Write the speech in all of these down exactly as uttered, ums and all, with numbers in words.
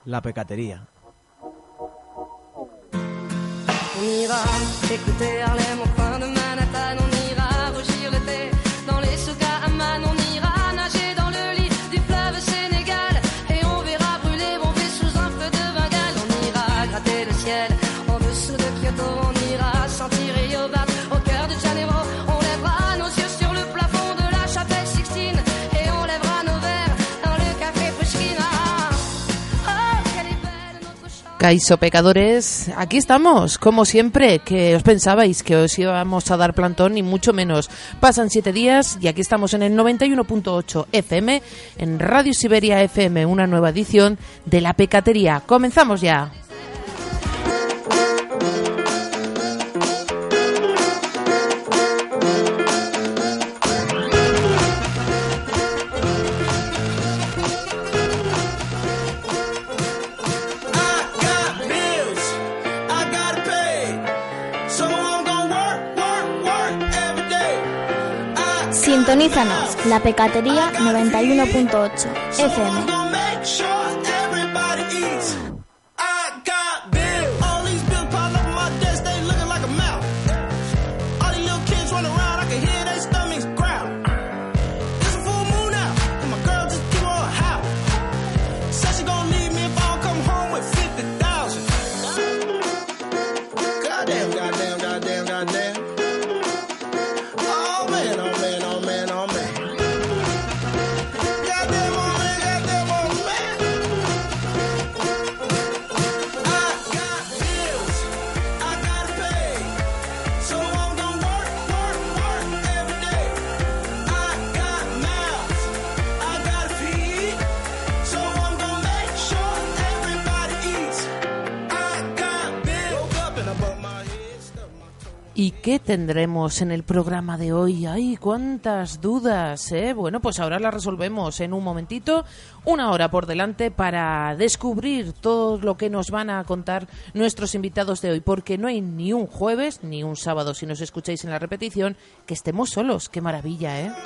La Pecatería. On ira écouter Harlem au coin de Manhattan, on ira rougir le thé dans les souks à Amman, on ira nager dans le lit du fleuve Sénégal et on verra brûler bomber sous un feu de Bengale. On ira gratter le ciel en dessous de Kyoto, on ira sentir Rio battre au cœur de Janeiro, on lèvera nos yeux sur le plafond de la chapelle Sixtine et on lèvera nos verres dans le café Pushkin. Oh, quelle est belle notre chambre. Kaiso pecadores, aquí estamos, como siempre, que os pensabais que os íbamos a dar plantón, ni mucho menos. Pasan siete días y aquí estamos en el noventa y uno punto ocho F M, en Radio Siberia F M, una nueva edición de La Pecatería. ¡Comenzamos ya! Sintonízanos, La Pecatería noventa y uno punto ocho F M. ¿Y qué tendremos en el programa de hoy? ¡Ay, cuántas dudas! ¿eh? Bueno, pues ahora las resolvemos en un momentito. Una hora por delante para descubrir todo lo que nos van a contar nuestros invitados de hoy. Porque no hay ni un jueves ni un sábado, si nos escucháis en la repetición, que estemos solos. ¡Qué maravilla, eh!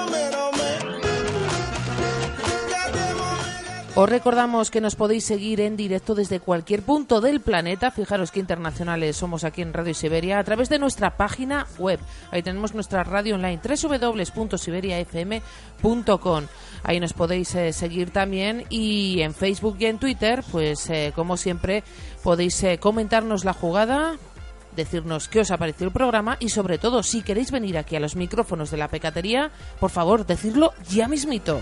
Os recordamos que nos podéis seguir en directo desde cualquier punto del planeta. Fijaros qué internacionales somos aquí en Radio Siberia, a través de nuestra página web. Ahí tenemos nuestra radio online, doble u doble u doble u punto siberia f m punto com. Ahí nos podéis eh, seguir también, y en Facebook y en Twitter, pues eh, como siempre, podéis eh, comentarnos la jugada, decirnos qué os ha parecido el programa y, sobre todo, si queréis venir aquí a los micrófonos de La Pecatería, por favor, decidlo ya mismito.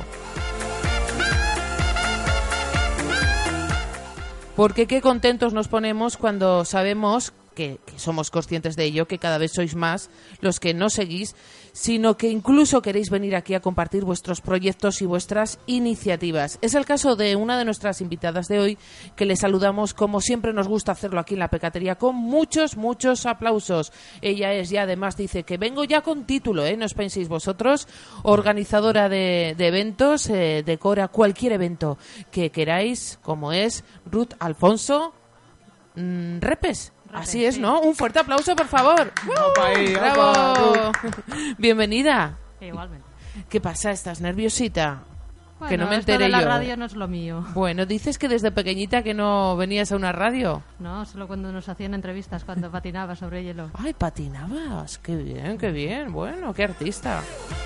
Porque qué contentos nos ponemos cuando sabemos que, que somos conscientes de ello, que cada vez sois más los que no seguís, sino que incluso queréis venir aquí a compartir vuestros proyectos y vuestras iniciativas. Es el caso de una de nuestras invitadas de hoy, que le saludamos como siempre nos gusta hacerlo aquí en La Pecatería, con muchos, muchos aplausos. Ella es, ya además dice que vengo ya con título, ¿eh? No os penséis vosotros, organizadora de, de eventos, eh, decora cualquier evento que queráis, como es Ruth Alfonso mm, Repes. Así es, sí. ¿No? Un fuerte aplauso, por favor. Opa ahí, ¡bravo! opa, Bienvenida. Igualmente. ¿Qué pasa? ¿Estás nerviosita? Bueno, que no me esto enteré de la yo. radio no es lo mío. Bueno, dices que desde pequeñita que no venías a una radio. No, solo cuando nos hacían entrevistas, cuando patinaba sobre hielo. Ay, patinabas. Qué bien, qué bien. Bueno, qué artista.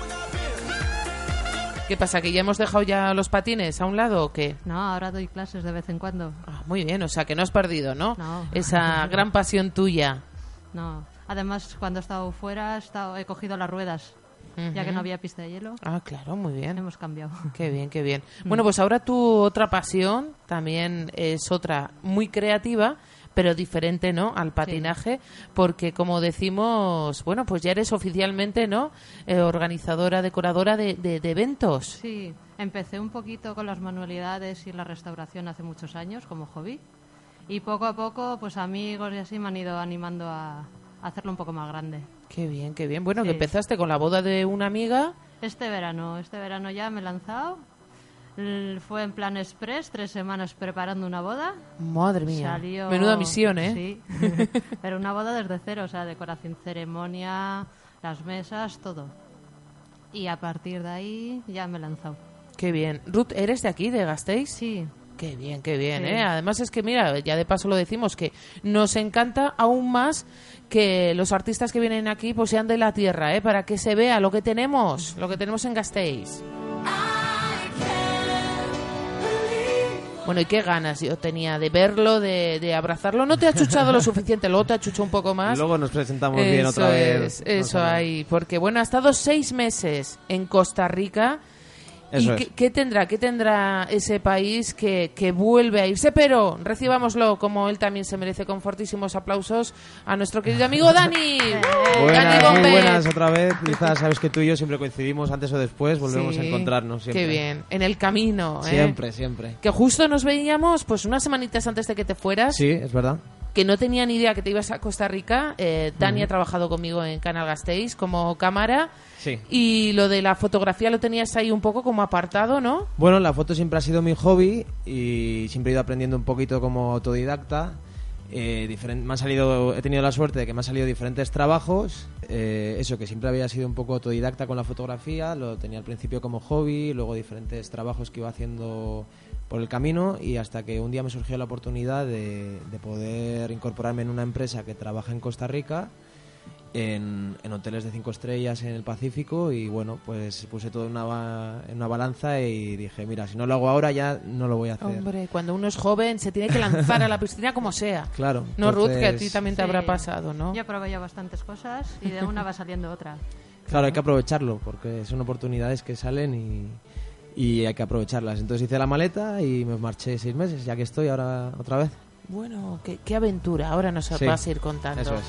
¿Qué pasa? ¿Que ya hemos dejado ya los patines a un lado o qué? No, ahora doy clases de vez en cuando. Ah, muy bien, o sea que no has perdido, ¿no? No. Esa gran pasión tuya. No. Además, cuando he estado fuera, he, estado, he cogido las ruedas. Uh-huh. Ya que no había pista de hielo. Ah, claro, muy bien. Hemos cambiado. Qué bien, qué bien. Bueno, pues ahora tu otra pasión también es otra muy creativa, pero diferente, ¿no?, al patinaje, sí. Porque, como decimos, bueno, pues ya eres oficialmente, ¿no?, eh, organizadora, decoradora de, de, de eventos. Sí, empecé un poquito con las manualidades y la restauración hace muchos años como hobby, y poco a poco, pues amigos y así me han ido animando a, a hacerlo un poco más grande. Qué bien, qué bien. Bueno, sí. Que empezaste con la boda de una amiga. Este verano, este verano ya me he lanzado. Fue en plan express, tres semanas preparando una boda. Madre mía, Salió... menuda misión, ¿eh? Sí, pero una boda desde cero, o sea, decoración, ceremonia, las mesas, todo. Y a partir de ahí ya me he lanzado. Qué bien. Ruth, ¿eres de aquí, de Gasteiz? Sí. Qué bien, qué bien, Sí. ¿eh? Además es que, mira, ya de paso lo decimos, que nos encanta aún más que los artistas que vienen aquí pues sean de la tierra, ¿eh? Para que se vea lo que tenemos, lo que tenemos en Gasteiz. Bueno, y qué ganas yo tenía de verlo, de, de abrazarlo. No te ha chuchado lo suficiente, luego te ha chuchado un poco más. Luego nos presentamos Eso bien otra vez. es, eso No sé. hay, porque bueno, ha estado seis meses en Costa Rica. Eso ¿Y es. qué, qué tendrá, qué tendrá ese país que, que vuelve a irse? Pero recibámoslo, como él también se merece, con fortísimos aplausos a nuestro querido amigo Dani. Dani Buenas, muy Bombet. buenas otra vez. Quizás sabes que tú y yo siempre coincidimos antes o después, volvemos Sí, a encontrarnos siempre. Qué bien, en el camino. ¿eh? Siempre, siempre. Que justo nos veíamos pues unas semanitas antes de que te fueras. Sí, es verdad. Que no tenía ni idea que te ibas a Costa Rica. Eh, Dani ha trabajado conmigo en Canal Gasteiz como cámara. Sí. Y lo de la fotografía lo tenías ahí un poco como apartado, ¿no? Bueno, la foto siempre ha sido mi hobby y siempre he ido aprendiendo un poquito como autodidacta. Eh, diferen- me han salido, he tenido la suerte de que me han salido diferentes trabajos. Eh, eso, que siempre había sido un poco autodidacta con la fotografía. Lo tenía al principio como hobby, luego diferentes trabajos que iba haciendo por el camino y hasta que un día me surgió la oportunidad de, de poder incorporarme en una empresa que trabaja en Costa Rica. En, en hoteles de cinco estrellas en el Pacífico y bueno, pues puse todo en una, ba- en una balanza y dije, mira, si no lo hago ahora ya no lo voy a hacer. Hombre, cuando uno es joven se tiene que lanzar a la piscina como sea. Claro. No, Ruth, que a ti entonces, también te Sí. habrá pasado, ¿no? Yo probé ya bastantes cosas y de una va saliendo otra. Claro, hay que aprovecharlo porque son oportunidades que salen y, y hay que aprovecharlas. Entonces hice la maleta y me marché seis meses, ya que estoy ahora otra vez. Bueno, qué, qué aventura. Ahora nos Sí, vas a ir contando. Eso es.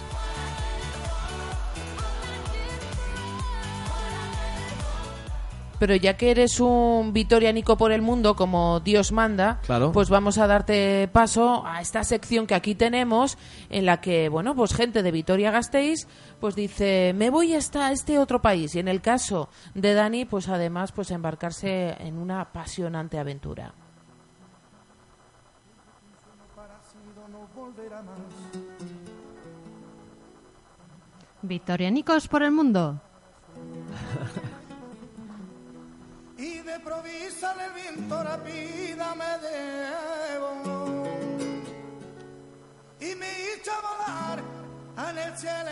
Pero ya que eres un vitorianico por el mundo, como Dios manda, Claro. pues vamos a darte paso a esta sección que aquí tenemos, en la que, bueno, pues gente de Vitoria-Gasteiz, pues dice, me voy hasta este otro país. Y en el caso de Dani, pues además, pues embarcarse en una apasionante aventura. Vitorianicos por el mundo. Y de provisa el viento la vida me debo y me hizo volar en el cielo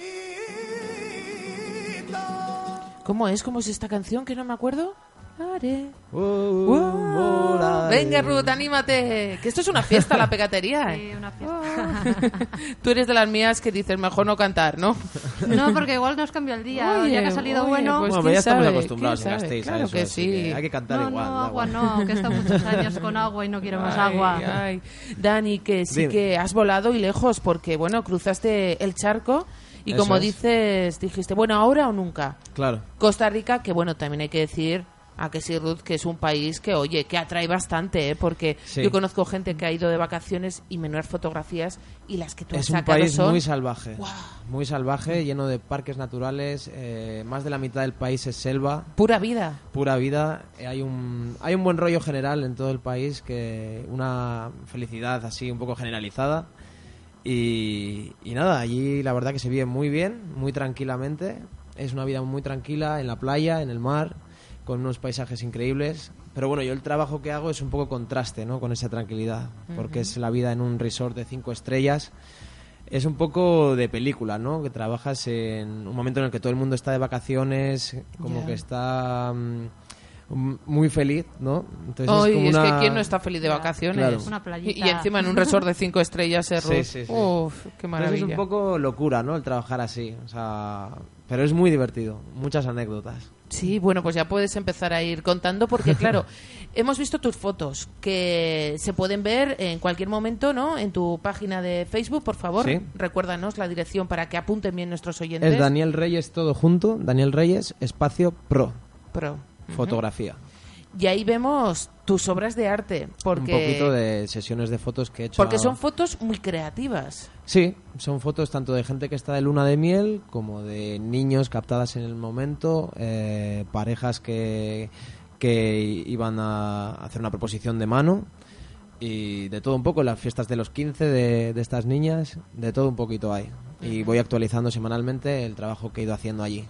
infinito. ¿Cómo es? ¿Cómo es esta canción que no me acuerdo? Haré. Uh, volaré. Venga, Ruth, anímate. Que esto es una fiesta, la pegatería. Sí, ¿eh? una fiesta. Tú eres de las mías que dices, mejor no cantar, ¿no? No, porque igual nos cambia el día. Oye, ya que ha salido oye, bueno. pues Bueno, quién ya estamos sabe, acostumbrados quién en sabe. Gasteiz a Claro eso, que así sí. que hay que cantar no, igual. no, da agua igual. no, que he estado muchos años con agua y no quiero más Ay, agua. ay. Dani, que sí Dime. que has volado y lejos porque, bueno, cruzaste el charco y Eso como es. dices, dijiste, bueno, ahora o nunca. Claro. Costa Rica, que bueno, también hay que decir, a que sí, Ruth, que es un país que, oye, que atrae bastante, ¿eh? Porque Sí. yo conozco gente que ha ido de vacaciones y menudas fotografías y las que tú has Es un sacado país son... muy salvaje, muy salvaje, lleno de parques naturales. Eh, más de la mitad del país es selva, Pura vida. pura vida. Eh, hay un hay un buen rollo general en todo el país, que una felicidad así un poco generalizada. Y, y nada, allí la verdad que se vive muy bien, muy tranquilamente. Es una vida muy tranquila en la playa, en el mar, con unos paisajes increíbles. Pero bueno, yo el trabajo que hago es un poco contraste, ¿no? Con esa tranquilidad, porque es la vida en un resort de cinco estrellas. Es un poco de película, ¿no? Que trabajas en un momento en el que todo el mundo está de vacaciones, como Ya. que está mm, muy feliz, ¿no? Entonces Ay, es como es una... que quién no está feliz de Ya. vacaciones. Claro. Una Y, playita. y encima en un resort de cinco estrellas, ¿eh, Sí, Ruth? sí, sí. Uf, qué Entonces maravilla. es un poco locura, ¿no? El trabajar así, o sea... Pero es muy divertido, muchas anécdotas. Sí, bueno, pues ya puedes empezar a ir contando porque, claro, hemos visto tus fotos que se pueden ver en cualquier momento, ¿no? En tu página de Facebook, por favor, Sí. recuérdanos la dirección para que apunten bien nuestros oyentes. Es Daniel Reyes todo junto, Daniel Reyes, espacio pro, Pro. fotografía. Y ahí vemos tus obras de arte, porque Un poquito de sesiones de fotos que he hecho. porque a- son fotos muy creativas. Sí, son fotos tanto de gente que está de luna de miel como de niños captadas en el momento, eh, parejas que, que iban a hacer una proposición de mano y de todo un poco, las fiestas de los quince de, de estas niñas, de todo un poquito hay. Y voy actualizando semanalmente el trabajo que he ido haciendo allí.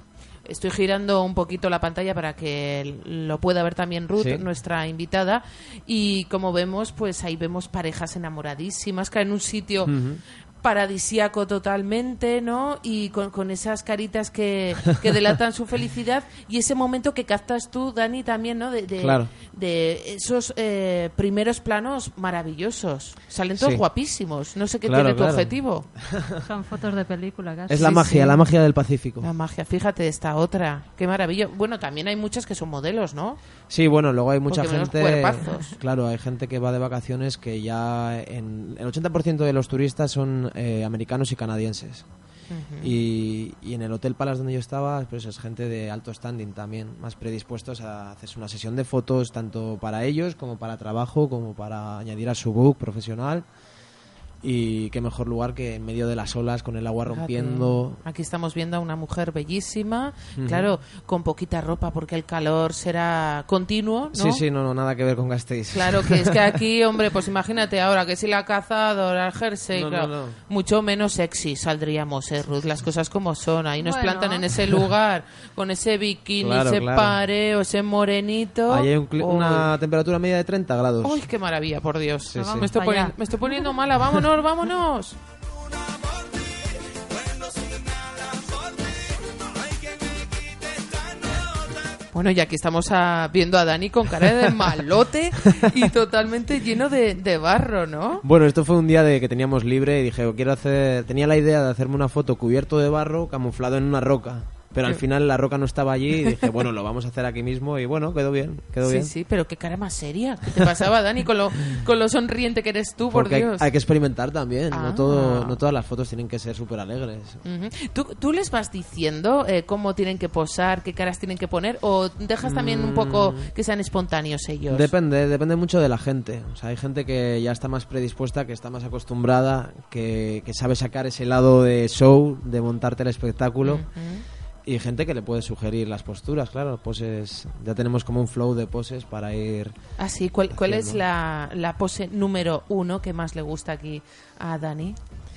Estoy girando un poquito la pantalla para que lo pueda ver también Ruth, Sí. nuestra invitada, y como vemos, pues ahí vemos parejas enamoradísimas que en un sitio Ujú. paradisíaco totalmente, ¿no? Y con, con esas caritas que, que delatan su felicidad, y ese momento que captas tú, Dani, también, ¿no? De, de, Claro. de esos eh, primeros planos maravillosos. Salen todos Sí. guapísimos. No sé qué Claro, tiene tu claro. objetivo. Son fotos de película casi. Es la Sí, magia, sí. la magia del Pacífico. La magia, fíjate, esta otra. Qué maravilla. Bueno, también hay muchas que son modelos, ¿no? Sí, bueno, luego hay mucha Porque menos gente... cuerpazos. Claro, hay gente que va de vacaciones que ya... En, el ochenta por ciento de los turistas son eh, americanos y canadienses. y, y en el Hotel Palace donde yo estaba, pues es gente de alto standing también, más predispuestos a hacerse una sesión de fotos tanto para ellos como para trabajo, como para añadir a su book profesional. Y qué mejor lugar que en medio de las olas, con el agua Fíjate. rompiendo. Aquí estamos viendo a una mujer bellísima, Ujú. claro, con poquita ropa porque el calor será continuo, ¿no? Sí, sí, no, no, nada que ver con Gasteiz. Claro, que es que aquí, hombre, pues imagínate ahora que si la cazadora, el jersey, No, claro, no, no. mucho menos sexy saldríamos, eh, Ruth, las cosas como son. Ahí nos Bueno. plantan en ese lugar con ese bikini, Claro, ese claro. pareo, ese morenito. Ahí hay un cli- Uy. una temperatura media de treinta grados. Uy, qué maravilla, por Dios. Sí, Nos sí. vamos Me, estoy pa' poniendo, allá. me estoy poniendo mala. Vámonos, vámonos. Bueno, y aquí estamos a- viendo a Dani con cara de malote y totalmente lleno de, de barro, ¿no? Bueno, esto fue un día de que teníamos libre y dije, quiero hacer, tenía la idea de hacerme una foto cubierto de barro, camuflado en una roca. Pero al final la roca no estaba allí y dije, bueno, lo vamos a hacer aquí mismo y bueno, quedó bien, quedó Sí, bien. sí, pero qué cara más seria. ¿Qué te pasaba, Dani, con lo, con lo sonriente que eres tú, por Porque hay, Dios? hay que experimentar también, Ah. no todo, no todas las fotos tienen que ser súper alegres. Ujú. ¿Tú, ¿Tú les vas diciendo eh, cómo tienen que posar, qué caras tienen que poner, o dejas también un poco que sean espontáneos ellos? Depende, depende mucho de la gente. O sea, hay gente que ya está más predispuesta, que está más acostumbrada, que, que sabe sacar ese lado de show, de montarte el espectáculo. Ujú. Y gente que le puede sugerir las posturas, claro, poses. Ya tenemos como un flow de poses para ir. Ah, sí. ¿Cuál, cuál es Haciendo. la, la pose número uno que más le gusta aquí a Dani?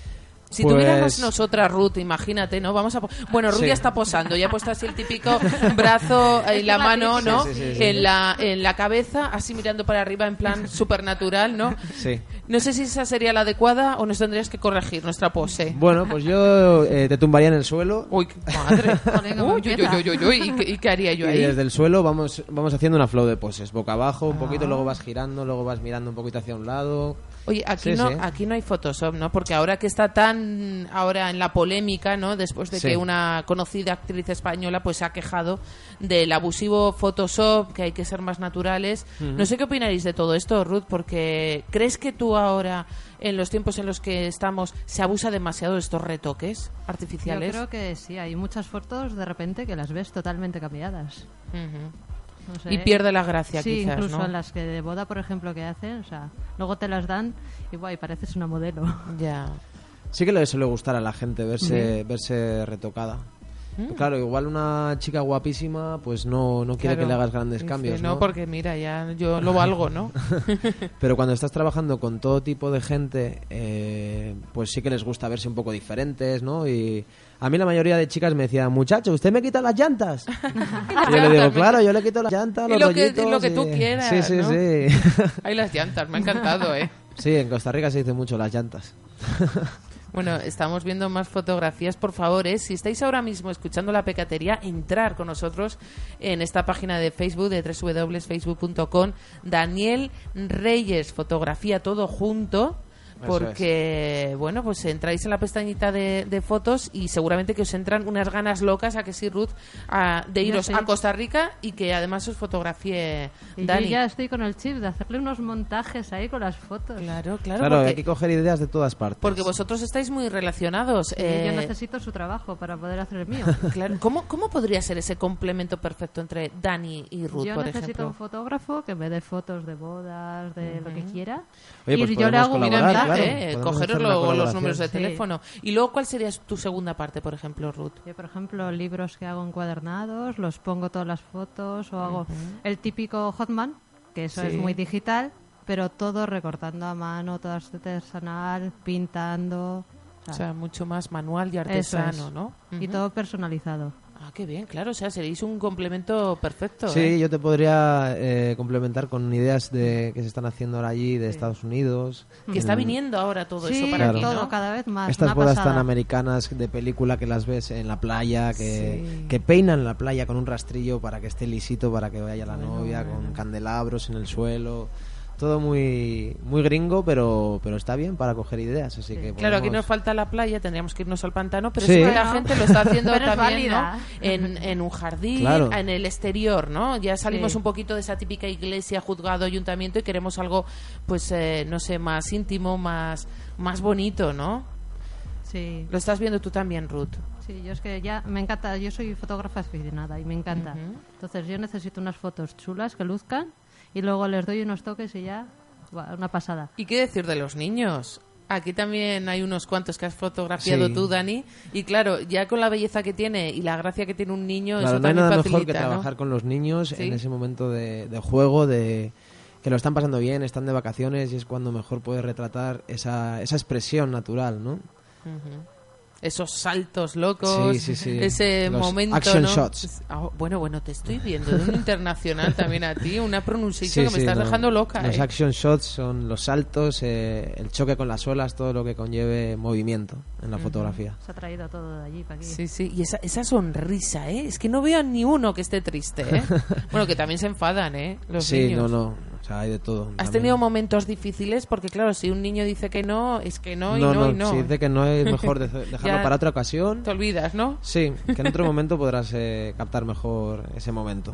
Si Pues- tuviéramos nosotras, Ruth, imagínate, ¿no? Vamos a po- bueno, Ruth Sí. ya está posando, ya ha puesto así el típico brazo y la mano, ¿no? Sí, sí, sí, sí. En la en la cabeza, así mirando para arriba en plan supernatural, ¿no? Sí. No sé si esa sería la adecuada o nos tendrías que corregir nuestra pose. Bueno, pues yo eh, te tumbaría en el suelo. Uy, qué madre. Joder, cómo Uy, uy, empieza. uy, uy, uy, ¿Y, qué, y qué haría yo Y ahí? desde el suelo vamos, vamos haciendo una flow de poses. Boca abajo, un Ah. poquito, luego vas girando, luego vas mirando un poquito hacia un lado. Oye, aquí Sí, no, sí. aquí no hay Photoshop, ¿no? Porque ahora que está tan ahora en la polémica, ¿no? Después de Sí. que una conocida actriz española pues se ha quejado del abusivo Photoshop, que hay que ser más naturales. No sé qué opinaréis de todo esto, Ruth, porque ¿crees que tú ahora, en los tiempos en los que estamos, se abusa demasiado de estos retoques Yo artificiales? creo que sí, hay muchas fotos de repente que las ves totalmente cambiadas. Ujú. No sé. Y pierde la gracia, Sí, quizás, incluso ¿no? en las que de boda, por ejemplo, que hacen, o sea, luego te las dan y guay, pareces una modelo. Ya. Sí que le suele gustar a la gente verse, verse retocada. Mm. Claro, igual una chica guapísima pues no, no quiere Claro. que le hagas grandes Dice, cambios, no, ¿no? porque mira, ya yo lo valgo, ¿no? Pero cuando estás trabajando con todo tipo de gente, eh, pues sí que les gusta verse un poco diferentes, ¿no? Y a mí la mayoría de chicas me decían, muchacho, ¿usted me quita las llantas? Y yo le digo, claro, yo le quito las llantas, Y los lo que- rollitos lo que y- tú quieras, Sí, sí, ¿no? sí. Hay las llantas, me ha encantado, ¿eh? Sí, en Costa Rica se dice mucho las llantas. Bueno, estamos viendo más fotografías, por favor, ¿eh? Si estáis ahora mismo escuchando La Pecatería, entrar con nosotros en esta página de Facebook de doble u doble u doble u punto facebook punto com. Daniel Reyes, fotografía todo junto. Eso Porque, bueno, pues entráis en la pestañita de, de fotos y seguramente que os entran unas ganas locas, a que sí, Ruth, a- de Yo iros sí. a Costa Rica y que además os fotografíe Y Dani. yo ya estoy con el chip de hacerle unos montajes ahí con las fotos. Claro, claro, Claro, porque, hay que coger ideas de todas partes. porque vosotros estáis muy relacionados. Y eh, yo necesito su trabajo para poder hacer el mío. Claro. ¿Cómo, ¿Cómo podría ser ese complemento perfecto entre Dani y Ruth, Yo por necesito ejemplo? un fotógrafo que me dé fotos de bodas, de lo que quiera. Oye, pues y yo le podemos hago un colaborar, Mira, montaje. claro. eh, podemos cogeros hacer una luego los colaboración. números de Sí. teléfono. Y luego, ¿cuál sería tu segunda parte, por ejemplo, Ruth? Yo, por ejemplo, libros que hago encuadernados, los pongo todas las fotos o hago el típico Hotman, que eso Sí. es muy digital, pero todo recortando a mano, todo artesanal, pintando. o O sea, sea, mucho más manual y eso artesano, es. ¿no? Y Ujú. todo personalizado. Ah, qué bien, claro, o sea, seréis un complemento perfecto. Sí, ¿eh? yo te podría eh, complementar con ideas de que se están haciendo ahora allí de Estados Unidos. Que está En- viniendo ahora todo Sí, eso para Claro. aquí, todo ¿no? cada vez más. Estas una bodas pasada. tan americanas de película que las ves en la playa, que, Sí. que peinan la playa con un rastrillo para que esté lisito, para que vaya la Bueno, novia, bueno. con candelabros en el suelo. Todo muy muy gringo, pero pero está bien para coger ideas, así Sí. que Claro, aquí podemos- nos falta la playa, tendríamos que irnos al pantano, pero Sí. sí que la Bueno, gente lo está haciendo pero es también, ¿no? válida. En, en un jardín, Claro. en el exterior, ¿no? Ya salimos Sí. un poquito de esa típica iglesia, juzgado, ayuntamiento y queremos algo, pues, eh, no sé, más íntimo, más, más bonito, ¿no? Sí. Lo estás viendo tú también, Ruth. Sí, yo es que ya me encanta, yo soy fotógrafa aficionada y me encanta. Ujú. Entonces yo necesito unas fotos chulas que luzcan y luego les doy unos toques y ya, buah, una pasada. ¿Y qué decir de los niños? Aquí también hay unos cuantos que has fotografiado Sí. tú, Dani. Y claro, ya con la belleza que tiene y la gracia que tiene un niño, Claro, eso no hay también nada facilita, mejor que ¿no? trabajar con los niños Sí. en ese momento de, de juego, de que lo están pasando bien, están de vacaciones y es cuando mejor puedes retratar esa, esa expresión natural, ¿no? Ujú. Esos saltos locos, Sí, sí, sí. ese Los momento, action ¿no? shots. Ah, bueno, bueno, te estoy viendo de un internacional también a ti, una pronunciación Sí, que me sí, estás no. dejando loca. Los ¿eh? action shots son los saltos, eh, el choque con las olas, todo lo que conlleve movimiento en la fotografía. Se ha traído todo de allí para aquí. Sí, sí, y esa, esa sonrisa, ¿eh? Es que no veo a ni uno que esté triste, ¿eh? Bueno, que también se enfadan, ¿eh? Los Sí, niños. no, no, o sea, hay de todo. ¿Has también. tenido momentos difíciles? Porque claro, si un niño dice que no, es que no y no, no, y no. si dice que no es mejor de- dejarlo Ya para otra ocasión. Te olvidas, ¿no? Sí, que en otro momento podrás eh, captar mejor ese momento.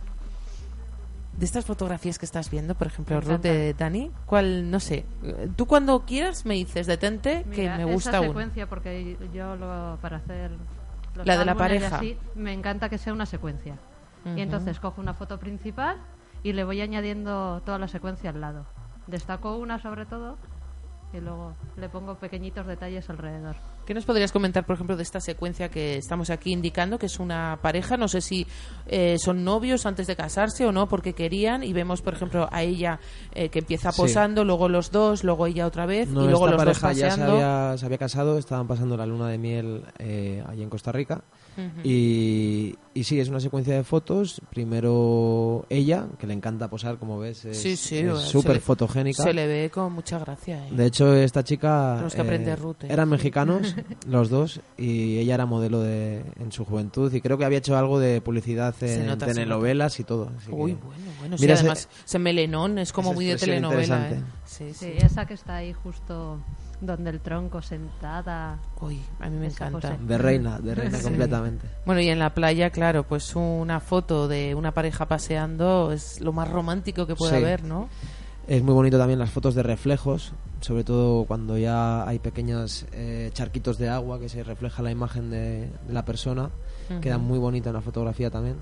De estas fotografías que estás viendo, por ejemplo, Me Ruth, de Dani, ¿cuál, no sé, tú cuando quieras me dices, detente, que Mira, me gusta esa uno. secuencia, porque yo lo, para hacer los La de la álbumes y pareja. así, me encanta que sea una secuencia. Ujú. Y entonces cojo una foto principal y le voy añadiendo toda la secuencia al lado. Destaco una sobre todo y luego le pongo pequeñitos detalles alrededor. ¿Qué nos podrías comentar, por ejemplo, de esta secuencia que estamos aquí indicando, que es una pareja? No sé si eh, son novios antes de casarse o no, porque querían, y vemos, por ejemplo, a ella eh, que empieza Sí. posando, luego los dos, luego ella otra vez, No, y luego esta los dos pareja ya se paseando. había, se había casado, estaban pasando la luna de miel eh, allí en Costa Rica. Ujú. y, y sí, es una secuencia de fotos. Primero ella, que le encanta posar, como ves, es Sí, sí, es bueno, se súper le- fotogénica. Se le ve con mucha gracia. ¿eh? De hecho, esta chica Tenemos que aprender, Ruth, ¿eh? eran mexicanos los dos y ella era modelo de, en su juventud y creo que había hecho algo de publicidad Se en nota, se telenovelas y todo. así Uy, que- bueno, bueno, Mira sí, ese- además ese melenón es como esa muy de expresión telenovela. ¿eh? interesante. Sí, Sí, sí. esa que está ahí justo donde el tronco sentada. Uy, a mí me Esa encanta. pose. de reina, de reina Sí. completamente. Bueno, y en la playa, claro, pues una foto de una pareja paseando es lo más romántico que puede Sí. haber, ¿no? Es muy bonito también las fotos de reflejos, sobre todo cuando ya hay pequeños eh, charquitos de agua que se refleja la imagen de, de la persona. Ujú. Queda muy bonita en la fotografía también.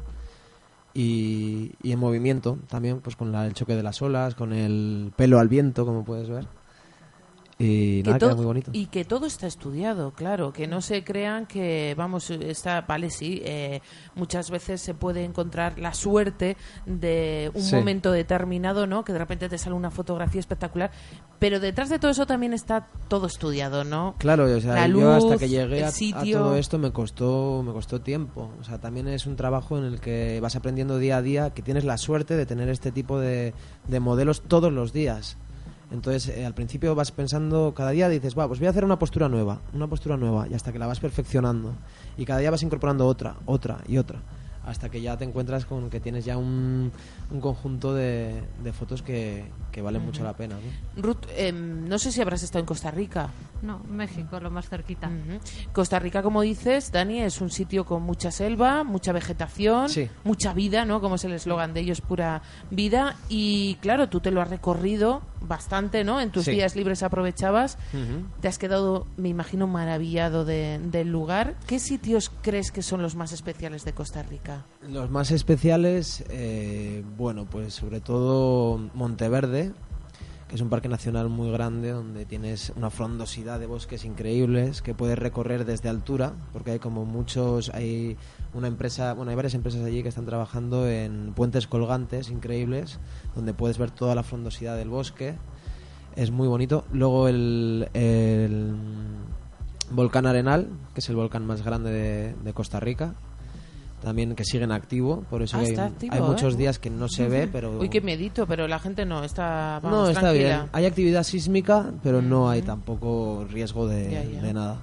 Y, y en movimiento también, pues con la- el choque de las olas, con el pelo al viento, como puedes ver. Y Que nada, todo- queda muy bonito. Y que todo está estudiado, claro, que no se crean que, vamos, está, vale, sí, eh, muchas veces se puede encontrar la suerte de un Sí. momento determinado, ¿no? Que de repente te sale una fotografía espectacular, pero detrás de todo eso también está todo estudiado, ¿no? Claro, o sea, La yo hasta luz, que llegué el a, a sitio. todo esto me costó, me costó tiempo. O sea, también es un trabajo en el que vas aprendiendo día a día, que tienes la suerte de tener este tipo de, de modelos todos los días. Entonces, eh, al principio vas pensando, cada día dices, va, pues voy a hacer una postura nueva, una postura nueva, y hasta que la vas perfeccionando. Y cada día vas incorporando otra, otra y otra, hasta que ya te encuentras con que tienes ya un, un conjunto de, de fotos que, que valen mucho la pena, ¿no? Ruth, em, no sé si habrás estado en Costa Rica. No, México, lo más cerquita. Ujú. Costa Rica, como dices, Dani, es un sitio con mucha selva, mucha vegetación, Sí. mucha vida, ¿no? Como es el eslogan de ellos, pura vida. Y claro, tú te lo has recorrido bastante, ¿no? En tus Sí. días libres aprovechabas. Ujú. Te has quedado, me imagino, maravillado de- del lugar. ¿Qué sitios crees que son los más especiales de Costa Rica? Los más especiales, eh, bueno, pues sobre todo Monteverde, que es un parque nacional muy grande donde tienes una frondosidad de bosques increíbles que puedes recorrer desde altura, porque hay como muchos, hay una empresa, bueno, hay varias empresas allí que están trabajando en puentes colgantes increíbles donde puedes ver toda la frondosidad del bosque. Es muy bonito. Luego el, el volcán Arenal, que es el volcán más grande de, de Costa Rica. también que sigue en activo, por eso Ah, que hay, está activo, hay muchos ¿eh? días que no se ve, pero... Uy, qué miedito, pero la gente no, está, vamos, no, está tranquila. bien. Hay actividad sísmica, pero no hay tampoco riesgo de, Ya, ya. de nada.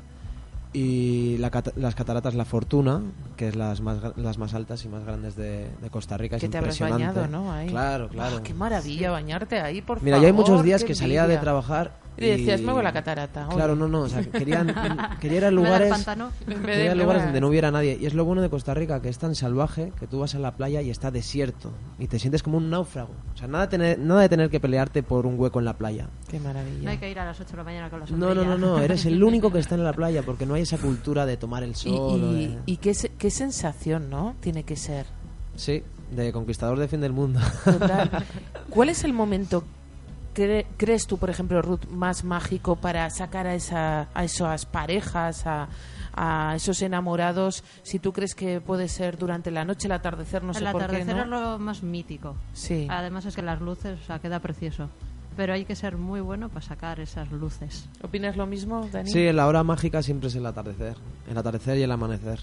Y la cata- las cataratas La Fortuna, que es las más gra- las más altas y más grandes de, de Costa Rica, Que es te habrás impresionante. bañado, ¿no? Ahí. Claro, claro. Ah, qué maravilla bañarte ahí, por Mira, favor. yo hay muchos días qué que salía de envidia. trabajar Y decías, me voy a la catarata. oye. Claro, no, no, o sea, querían, quería ir a Me da el lugares, pantano. En vez de- quería ir a me lugares voy a- donde no hubiera nadie. Y es lo bueno de Costa Rica, que es tan salvaje que tú vas a la playa y está desierto. Y te sientes como un náufrago. O sea, nada, tener, nada de tener que pelearte por un hueco en la playa. Qué maravilla. No hay que ir a las ocho de la mañana con la No, sombrilla. no, no, no, eres el único que está en la playa porque no hay esa cultura de tomar el Y, sol. o y, de- y qué, se- qué sensación, ¿no? Tiene que ser. Sí, de conquistador de fin del mundo. Total. ¿Cuál es el momento, cre- crees tú, por ejemplo, Ruth, más mágico para sacar a, esa, a esas parejas, a, a esos enamorados? Si tú crees que puede ser durante la noche, el atardecer, no sé El por qué, atardecer ¿no? es lo más mítico. Sí. Además es que las luces, o sea, queda precioso. Pero hay que ser muy bueno para sacar esas luces. ¿Opinas lo mismo, Dani? Sí, la hora mágica siempre es el atardecer. El atardecer y el amanecer.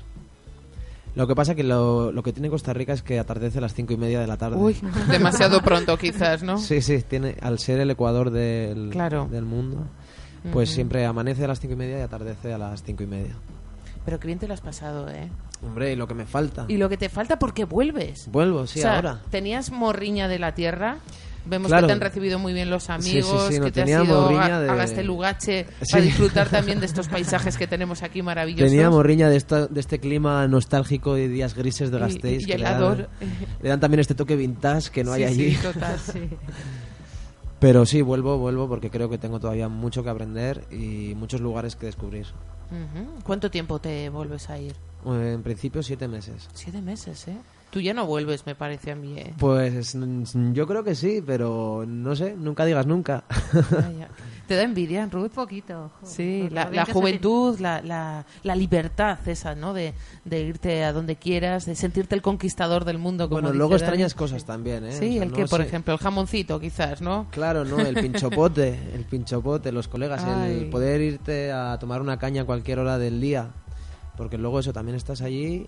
Lo que pasa que lo, lo que tiene Costa Rica es que atardece a las cinco y media de la tarde. Uy, demasiado pronto quizás, ¿no? Sí, sí, tiene, al ser el ecuador del, Claro. del mundo, pues Ujú. siempre amanece a las cinco y media y atardece a las cinco y media. Pero qué bien te lo has pasado, ¿eh? Hombre, y lo que me falta. Y lo que te falta porque vuelves. Vuelvo, sí, o sea, ahora. tenías morriña de la tierra. Vemos Claro. que te han recibido muy bien los Sí, amigos, sí, sí, no que te has tenía ido morriña a, de- a Gastelugache Sí. para disfrutar también de estos paisajes que tenemos aquí maravillosos. Tenía morriña de, esta, de este clima nostálgico y días grises de Y- Gasteiz. y que le dan, helador. le dan también este toque vintage que no hay Sí, allí. sí, total. Sí. Pero sí, vuelvo, vuelvo porque creo que tengo todavía mucho que aprender y muchos lugares que descubrir. Ujú. ¿Cuánto tiempo te vuelves a ir? Eh, En principio siete meses. Siete meses, ¿eh? Tú ya no vuelves, me parece a mí, ¿eh? Pues mm, yo creo que sí, pero no sé, nunca digas nunca. Ya, ya. ¿Te da envidia, Ruth? Un poquito. jo, Sí, por la, lo bien la que se juventud, la, la, la libertad esa, ¿no? De, de irte a donde quieras, de sentirte el conquistador del mundo. Como Bueno, dice luego Dani. extrañas cosas también, ¿eh? Sí, O sea, el no que, por sé- ejemplo, el jamoncito, quizás, ¿no? Claro, ¿no? El pinchopote, el pinchopote, los colegas, Ay. el poder irte a tomar una caña a cualquier hora del día. Porque luego eso, también estás allí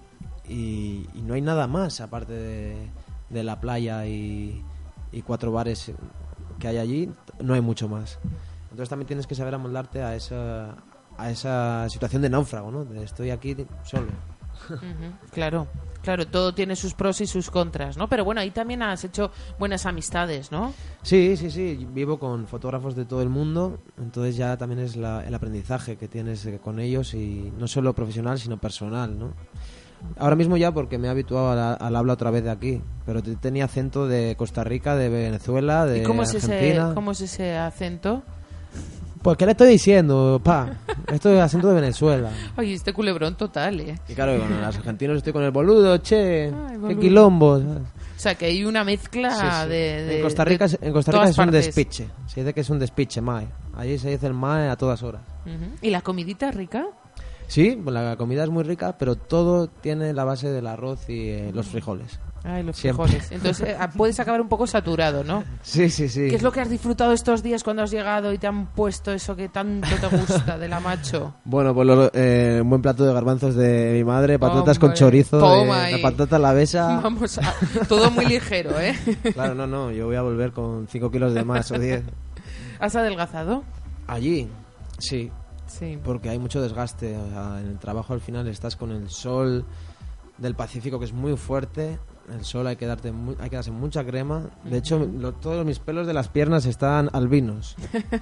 y, y no hay nada más aparte de, de la playa y, y cuatro bares que hay allí, no hay mucho más. Entonces también tienes que saber amoldarte a esa, a esa situación de náufrago, ¿no? De estoy aquí solo. Ujú, claro, claro, todo tiene sus pros y sus contras, ¿no? Pero bueno, ahí también has hecho buenas amistades, ¿no? Sí, sí, sí. Vivo con fotógrafos de todo el mundo, entonces ya también es la- el aprendizaje que tienes eh, con ellos y no solo profesional, sino personal, ¿no? Ahora mismo ya porque me he habituado a la- al habla otra vez de aquí, pero te- tenía acento de Costa Rica, de Venezuela, de ¿Y cómo es, ese, Argentina. cómo es ese acento? Pues, ¿qué le estoy diciendo, pa? Esto es acento de Venezuela. Ay, este culebrón total, ¿eh? Y claro, con los argentinos estoy con el boludo, che, Ay, qué boludo. quilombo. ¿sabes? O sea, que hay una mezcla Sí, sí. de, de- en Costa Rica, de es- en Costa Rica todas es un partes. despiche. Se dice que es un despiche, mae. Allí se dice el mae a todas horas. Ujú. ¿Y la comidita rica? Sí, pues la comida es muy rica, pero todo tiene la base del arroz y eh, los frijoles. Ay, los Siempre. frijoles. Entonces eh, puedes acabar un poco saturado, ¿no? Sí, sí, sí. ¿Qué es lo que has disfrutado estos días cuando has llegado y te han puesto eso que tanto te gusta de la macho? Bueno, pues lo- eh, un buen plato de garbanzos de mi madre, patatas con Hombre, chorizo, toma de, la ahí. patata a la besa. Vamos a... Todo muy ligero, ¿eh? Claro, no, no, yo voy a volver con cinco kilos de más o diez. ¿Has adelgazado? Allí, sí, Sí. porque hay mucho desgaste. O sea, en el trabajo al final estás con el sol del Pacífico que es muy fuerte. El sol hay que darte mu- hay que darse mucha crema. De hecho, lo- todos mis pelos de las piernas están albinos.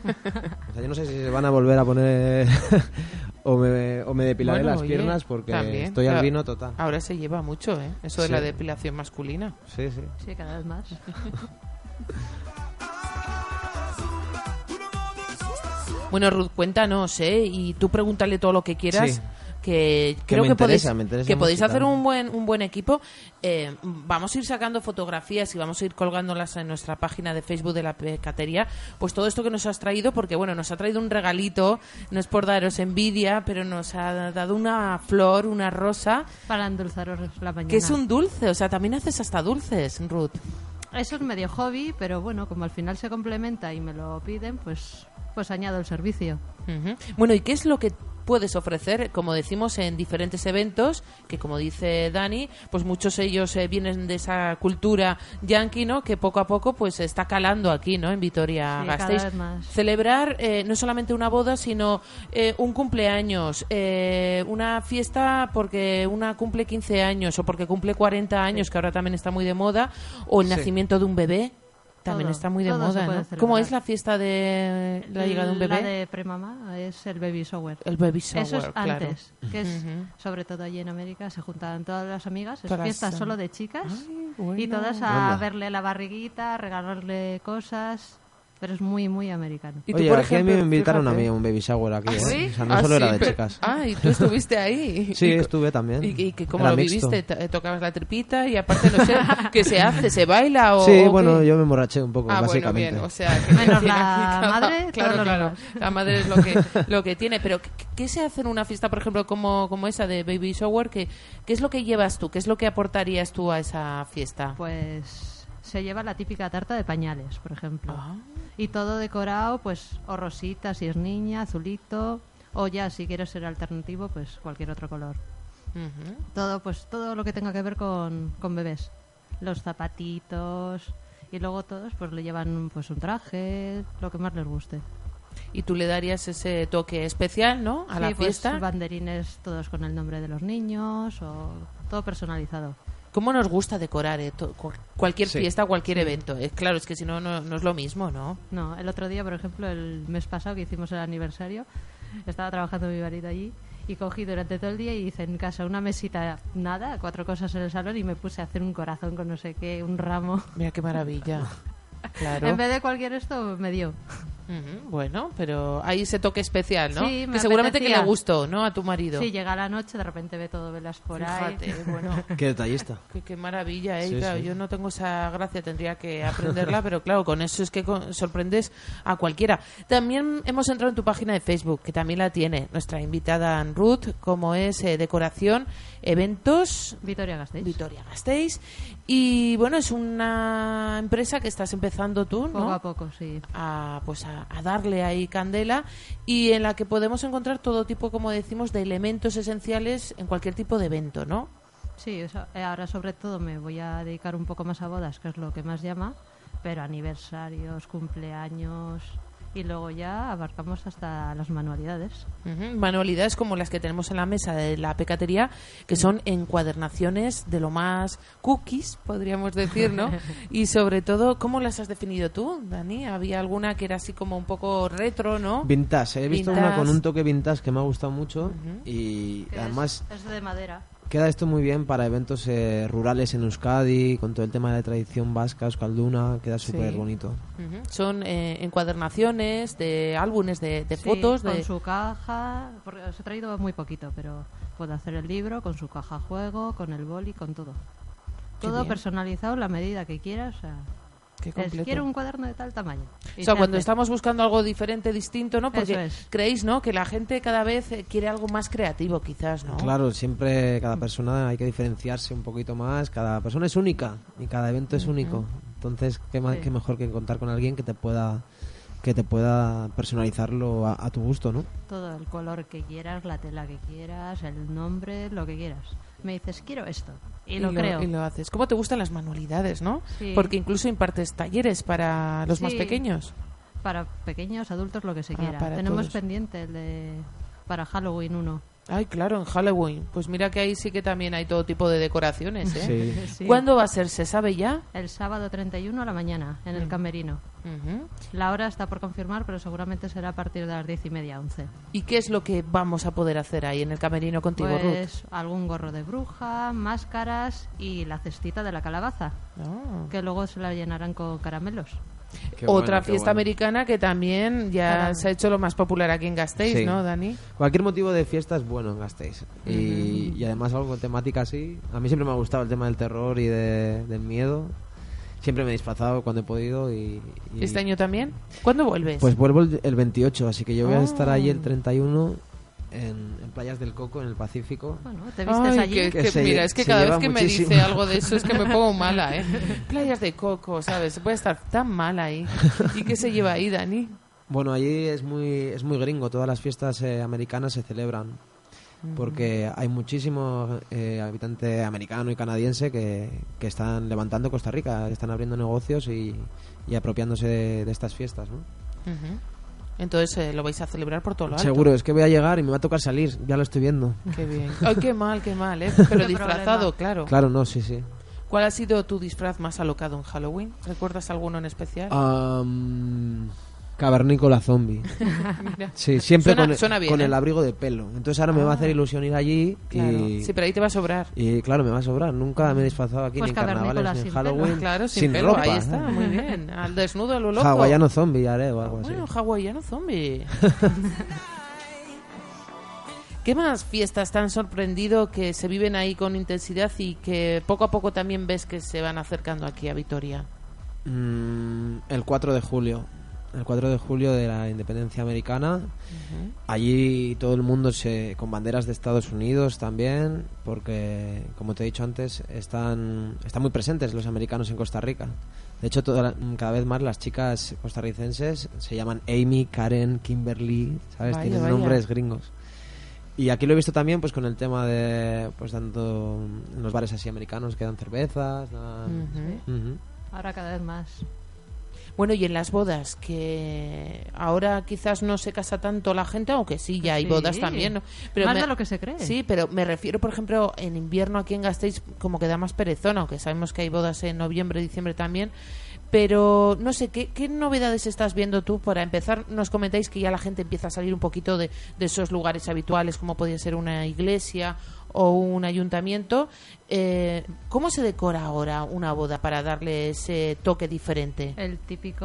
O sea, yo no sé si se van a volver a poner o, me, o me depilaré Bueno, las oye, piernas porque también, estoy claro. albino total. Ahora se lleva mucho, ¿eh? Eso de Sí. la depilación masculina. Sí, sí. Sí, cada vez más. Bueno, Ruth, cuéntanos, ¿eh? Y tú pregúntale todo lo que quieras. Sí. Que Que creo me que interesa, podéis, me interesa que podéis mucho hacer también. un buen un buen equipo. Eh, vamos a ir sacando fotografías y vamos a ir colgándolas en nuestra página de Facebook de la Pecatería. Pues todo esto que nos has traído, porque bueno, nos ha traído un regalito, no es por daros envidia, pero nos ha dado una flor, una rosa, Para endulzaros la mañana. que es un dulce. O sea, también haces hasta dulces, Ruth. Eso es medio hobby, pero bueno, como al final se complementa y me lo piden, pues, pues añado el servicio. Ujú. Bueno, ¿y qué es lo que puedes ofrecer, como decimos, en diferentes eventos, que como dice Dani, pues muchos ellos eh, vienen de esa cultura yankee, ¿no? Que poco a poco pues se está calando aquí, ¿no? En Vitoria-Gasteiz. cada vez más. Celebrar eh, no solamente una boda, sino eh, un cumpleaños, eh, una fiesta porque una cumple quince años o porque cumple cuarenta años, sí. que ahora también está muy de moda, o el Sí. nacimiento de un bebé. También Todo, está muy de todo se moda, puede ¿no? celebrar. ¿Cómo es la fiesta de la llegada de un bebé? La de premamá es el baby shower. El baby shower, Eso es claro. antes, que es, Ujú. sobre todo allí en América, se juntan todas las amigas, es Todas, fiesta um, solo de chicas, Ay, bueno. y todas a Anda. verle la barriguita, a regalarle cosas, pero es muy, muy americano. Y tú, Oye, por aquí a mí ejemplo, me invitaron a fíjate. mí a un baby shower aquí, ¿eh? ¿Sí? O sea, no Ah, solo sí, era de pero- chicas. Ah, y tú estuviste ahí. Sí, Y- estuve también. ¿Y, y que cómo Era lo mixto. viviste? ¿Te- ¿Tocabas la tripita? Y aparte, no sé, ¿qué se hace? ¿Se baila o Sí, o bueno, qué? yo me emborraché un poco, Ah, bueno, básicamente. bien, o sea... Que Menos tiene la aquí cada- madre, claro, todo lo claro, demás. la madre es lo que, lo que tiene. Pero, ¿qué, qué se hace en una fiesta, por ejemplo, como, como esa de Baby Shower? ¿Qué, ¿Qué es lo que llevas tú? ¿Qué es lo que aportarías tú a esa fiesta? Pues se lleva la típica tarta de pañales, por ejemplo. Ah. Y todo decorado, pues, o rosita si es niña, azulito, o ya si quieres ser alternativo, pues cualquier otro color. Ujú. Todo, pues, todo lo que tenga que ver con, con bebés. Los zapatitos, y luego todos, pues, le llevan, pues, un traje, lo que más les guste. Y tú le darías ese toque especial, ¿no? A Sí, la pues, fiesta. banderines todos con el nombre de los niños, o todo personalizado. ¿Cómo nos gusta decorar eh? To- cu- cualquier Sí. fiesta, cualquier evento? Eh, claro, es que si no, no no es lo mismo, ¿no? No, el otro día, por ejemplo, el mes pasado que hicimos el aniversario, estaba trabajando mi marido allí y cogí durante todo el día y hice en casa una mesita, nada, cuatro cosas en el salón y me puse a hacer un corazón con no sé qué, un ramo. Mira qué maravilla. Claro. En vez de cualquier esto, me dio. Ujú, bueno, pero hay ese toque especial, ¿no? Sí, me que seguramente que apetecía. le gustó, ¿no? A tu marido. Sí, llega la noche, de repente ve todo velas por Fíjate, ahí. bueno. Qué detallista. Qué, qué maravilla, ¿eh? Sí, Claro, sí. yo no tengo esa gracia, tendría que aprenderla, pero claro, con eso es que con- sorprendes a cualquiera. También hemos entrado en tu página de Facebook, que también la tiene nuestra invitada Ruth, como es eh, decoración, eventos, Vitoria Gasteiz. Vitoria Gasteiz. Y bueno, es una empresa que estás empezando tú, ¿no? Poco a poco, sí. a, pues a, a darle ahí candela y en la que podemos encontrar todo tipo, como decimos, de elementos esenciales en cualquier tipo de evento, ¿no? Sí, eso, eh, ahora sobre todo me voy a dedicar un poco más a bodas, que es lo que más llama, pero aniversarios, cumpleaños, y luego ya abarcamos hasta las manualidades. Ujú. Manualidades como las que tenemos en la mesa de la pecatería, que son encuadernaciones de lo más cookies, podríamos decir, ¿no? Y sobre todo, ¿cómo las has definido tú, Dani? Había alguna que era así como un poco retro, ¿no? Vintage, he visto Vintage. una con un toque vintage que me ha gustado mucho Ujú. y Que además es, es de madera. queda esto muy bien para eventos eh, rurales en Euskadi, con todo el tema de la tradición vasca, euskalduna, queda súper bonito. Ujú. Son eh, encuadernaciones de álbumes de, de Sí, fotos. con de su caja, porque os he traído muy poquito, pero puedo hacer el libro con su caja juego, con el boli, con todo. Qué Todo bien. personalizado, la medida que quieras. O sea, Qué es, completo. quiero un cuaderno de tal tamaño. Y O sea, se cuando hace. estamos buscando algo diferente, distinto, ¿no? Porque Eso es. creéis, ¿no? Que la gente cada vez eh, quiere algo más creativo, quizás, ¿no? Claro, siempre cada persona hay que diferenciarse un poquito más, cada persona es única y cada evento es único. Entonces, qué, ma- Sí. qué mejor que contar con alguien que te pueda que te pueda personalizarlo a, a tu gusto, ¿no? Todo, el color que quieras, la tela que quieras, el nombre, lo que quieras. Me dices, quiero esto. Y, lo creo. Y lo haces. ¿Cómo te gustan las manualidades, no? Sí. Porque incluso impartes talleres para los más Sí. pequeños. Para pequeños, adultos, lo que se Ah, quiera. para Tenemos todos. pendiente el de para Halloween uno. Ay, claro, en Halloween. Pues mira que ahí sí que también hay todo tipo de decoraciones, ¿eh? Sí. Sí. ¿Cuándo va a ser? ¿Se sabe ya? El sábado treinta y uno a la mañana, en el Mm. camerino. Ujú. La hora está por confirmar, pero seguramente será a partir de las diez y media, once. ¿Y qué es lo que vamos a poder hacer ahí en el camerino contigo, Ruth? Pues algún gorro de bruja, máscaras y la cestita de la calabaza, Ah. que luego se la llenarán con caramelos. Qué Otra bueno, qué fiesta bueno. americana que también ya Caramba. se ha hecho lo más popular aquí en Gasteiz, Sí. ¿no, Dani? Cualquier motivo de fiesta es bueno en Gasteiz. Y, y además algo con temática así. A mí siempre me ha gustado el tema del terror y de- del miedo. Siempre me he disfrazado cuando he podido y... y- ¿Este año también? ¿Cuándo vuelves? Pues vuelvo el, el veintiocho, así que yo voy a Oh. estar ahí el treinta y uno en, en Playas del Coco, en el Pacífico. Bueno, ¿te vistes Ay, allí? que- Que que se- mira, es que se cada vez lleva que me muchísimo. dice algo de eso es que me pongo mala, ¿eh? Playas de coco, ¿sabes? Se puede estar tan mal ahí. ¿Y qué se lleva ahí, Dani? Bueno, allí es muy, es muy gringo. Todas las fiestas eh, americanas se celebran. Porque hay muchísimos eh, habitantes americanos y canadienses que, que están levantando Costa Rica, que están abriendo negocios y, y apropiándose de, de estas fiestas, ¿no? Uh-huh. Entonces eh, lo vais a celebrar por todo lo alto. Seguro, es que voy a llegar y me va a tocar salir, ya lo estoy viendo. Qué bien. Ay, qué mal, qué mal, ¿eh? Pero disfrazado, claro. Claro, no, sí, sí. ¿Cuál ha sido tu disfraz más alocado en Halloween? ¿Recuerdas alguno en especial? Um, cavernícola zombie. Sí, siempre suena, con, el, suena bien, con ¿eh? el abrigo de pelo. Entonces ahora ah, me va a hacer ilusión ir allí. Claro. Y, sí, pero ahí te va a sobrar. Y claro, me va a sobrar. Nunca me he disfrazado aquí pues ni en carnavales ni en Halloween. Ah, claro, sin, sin pelo, ropa, ahí ¿eh? está, muy bien. Al desnudo, a lo loco. Hawaiano zombie haré o algo bueno, así. hawaiano zombie. ¿Qué más fiestas te han sorprendido que se viven ahí con intensidad y que poco a poco también ves que se van acercando aquí a Vitoria? Mm, el cuatro de julio. El cuatro de julio de la independencia americana. Uh-huh. Allí todo el mundo se con banderas de Estados Unidos también, porque, como te he dicho antes, están, están muy presentes los americanos en Costa Rica. De hecho, toda la, cada vez más las chicas costarricenses se llaman Amy, Karen, Kimberly, ¿sabes? Vaya, Tienen vaya. nombres gringos. Y aquí lo he visto también pues con el tema de, pues tanto en los bares así americanos que dan cervezas. Dan, uh-huh. Uh-huh. Ahora cada vez más. Bueno, y en las bodas, que ahora quizás no se casa tanto la gente, aunque sí, ya hay Sí. bodas también, ¿no? Pero Más me- de lo que se cree. Sí, pero me refiero, por ejemplo, en invierno aquí en Gasteiz como que da más perezón, aunque sabemos que hay bodas en noviembre, diciembre también. Pero no sé, ¿qué, qué novedades estás viendo tú? Para empezar, nos comentáis que ya la gente empieza a salir un poquito de, de esos lugares habituales, como podría ser una iglesia o un ayuntamiento. Eh, ¿Cómo se decora ahora una boda para darle ese toque diferente? El típico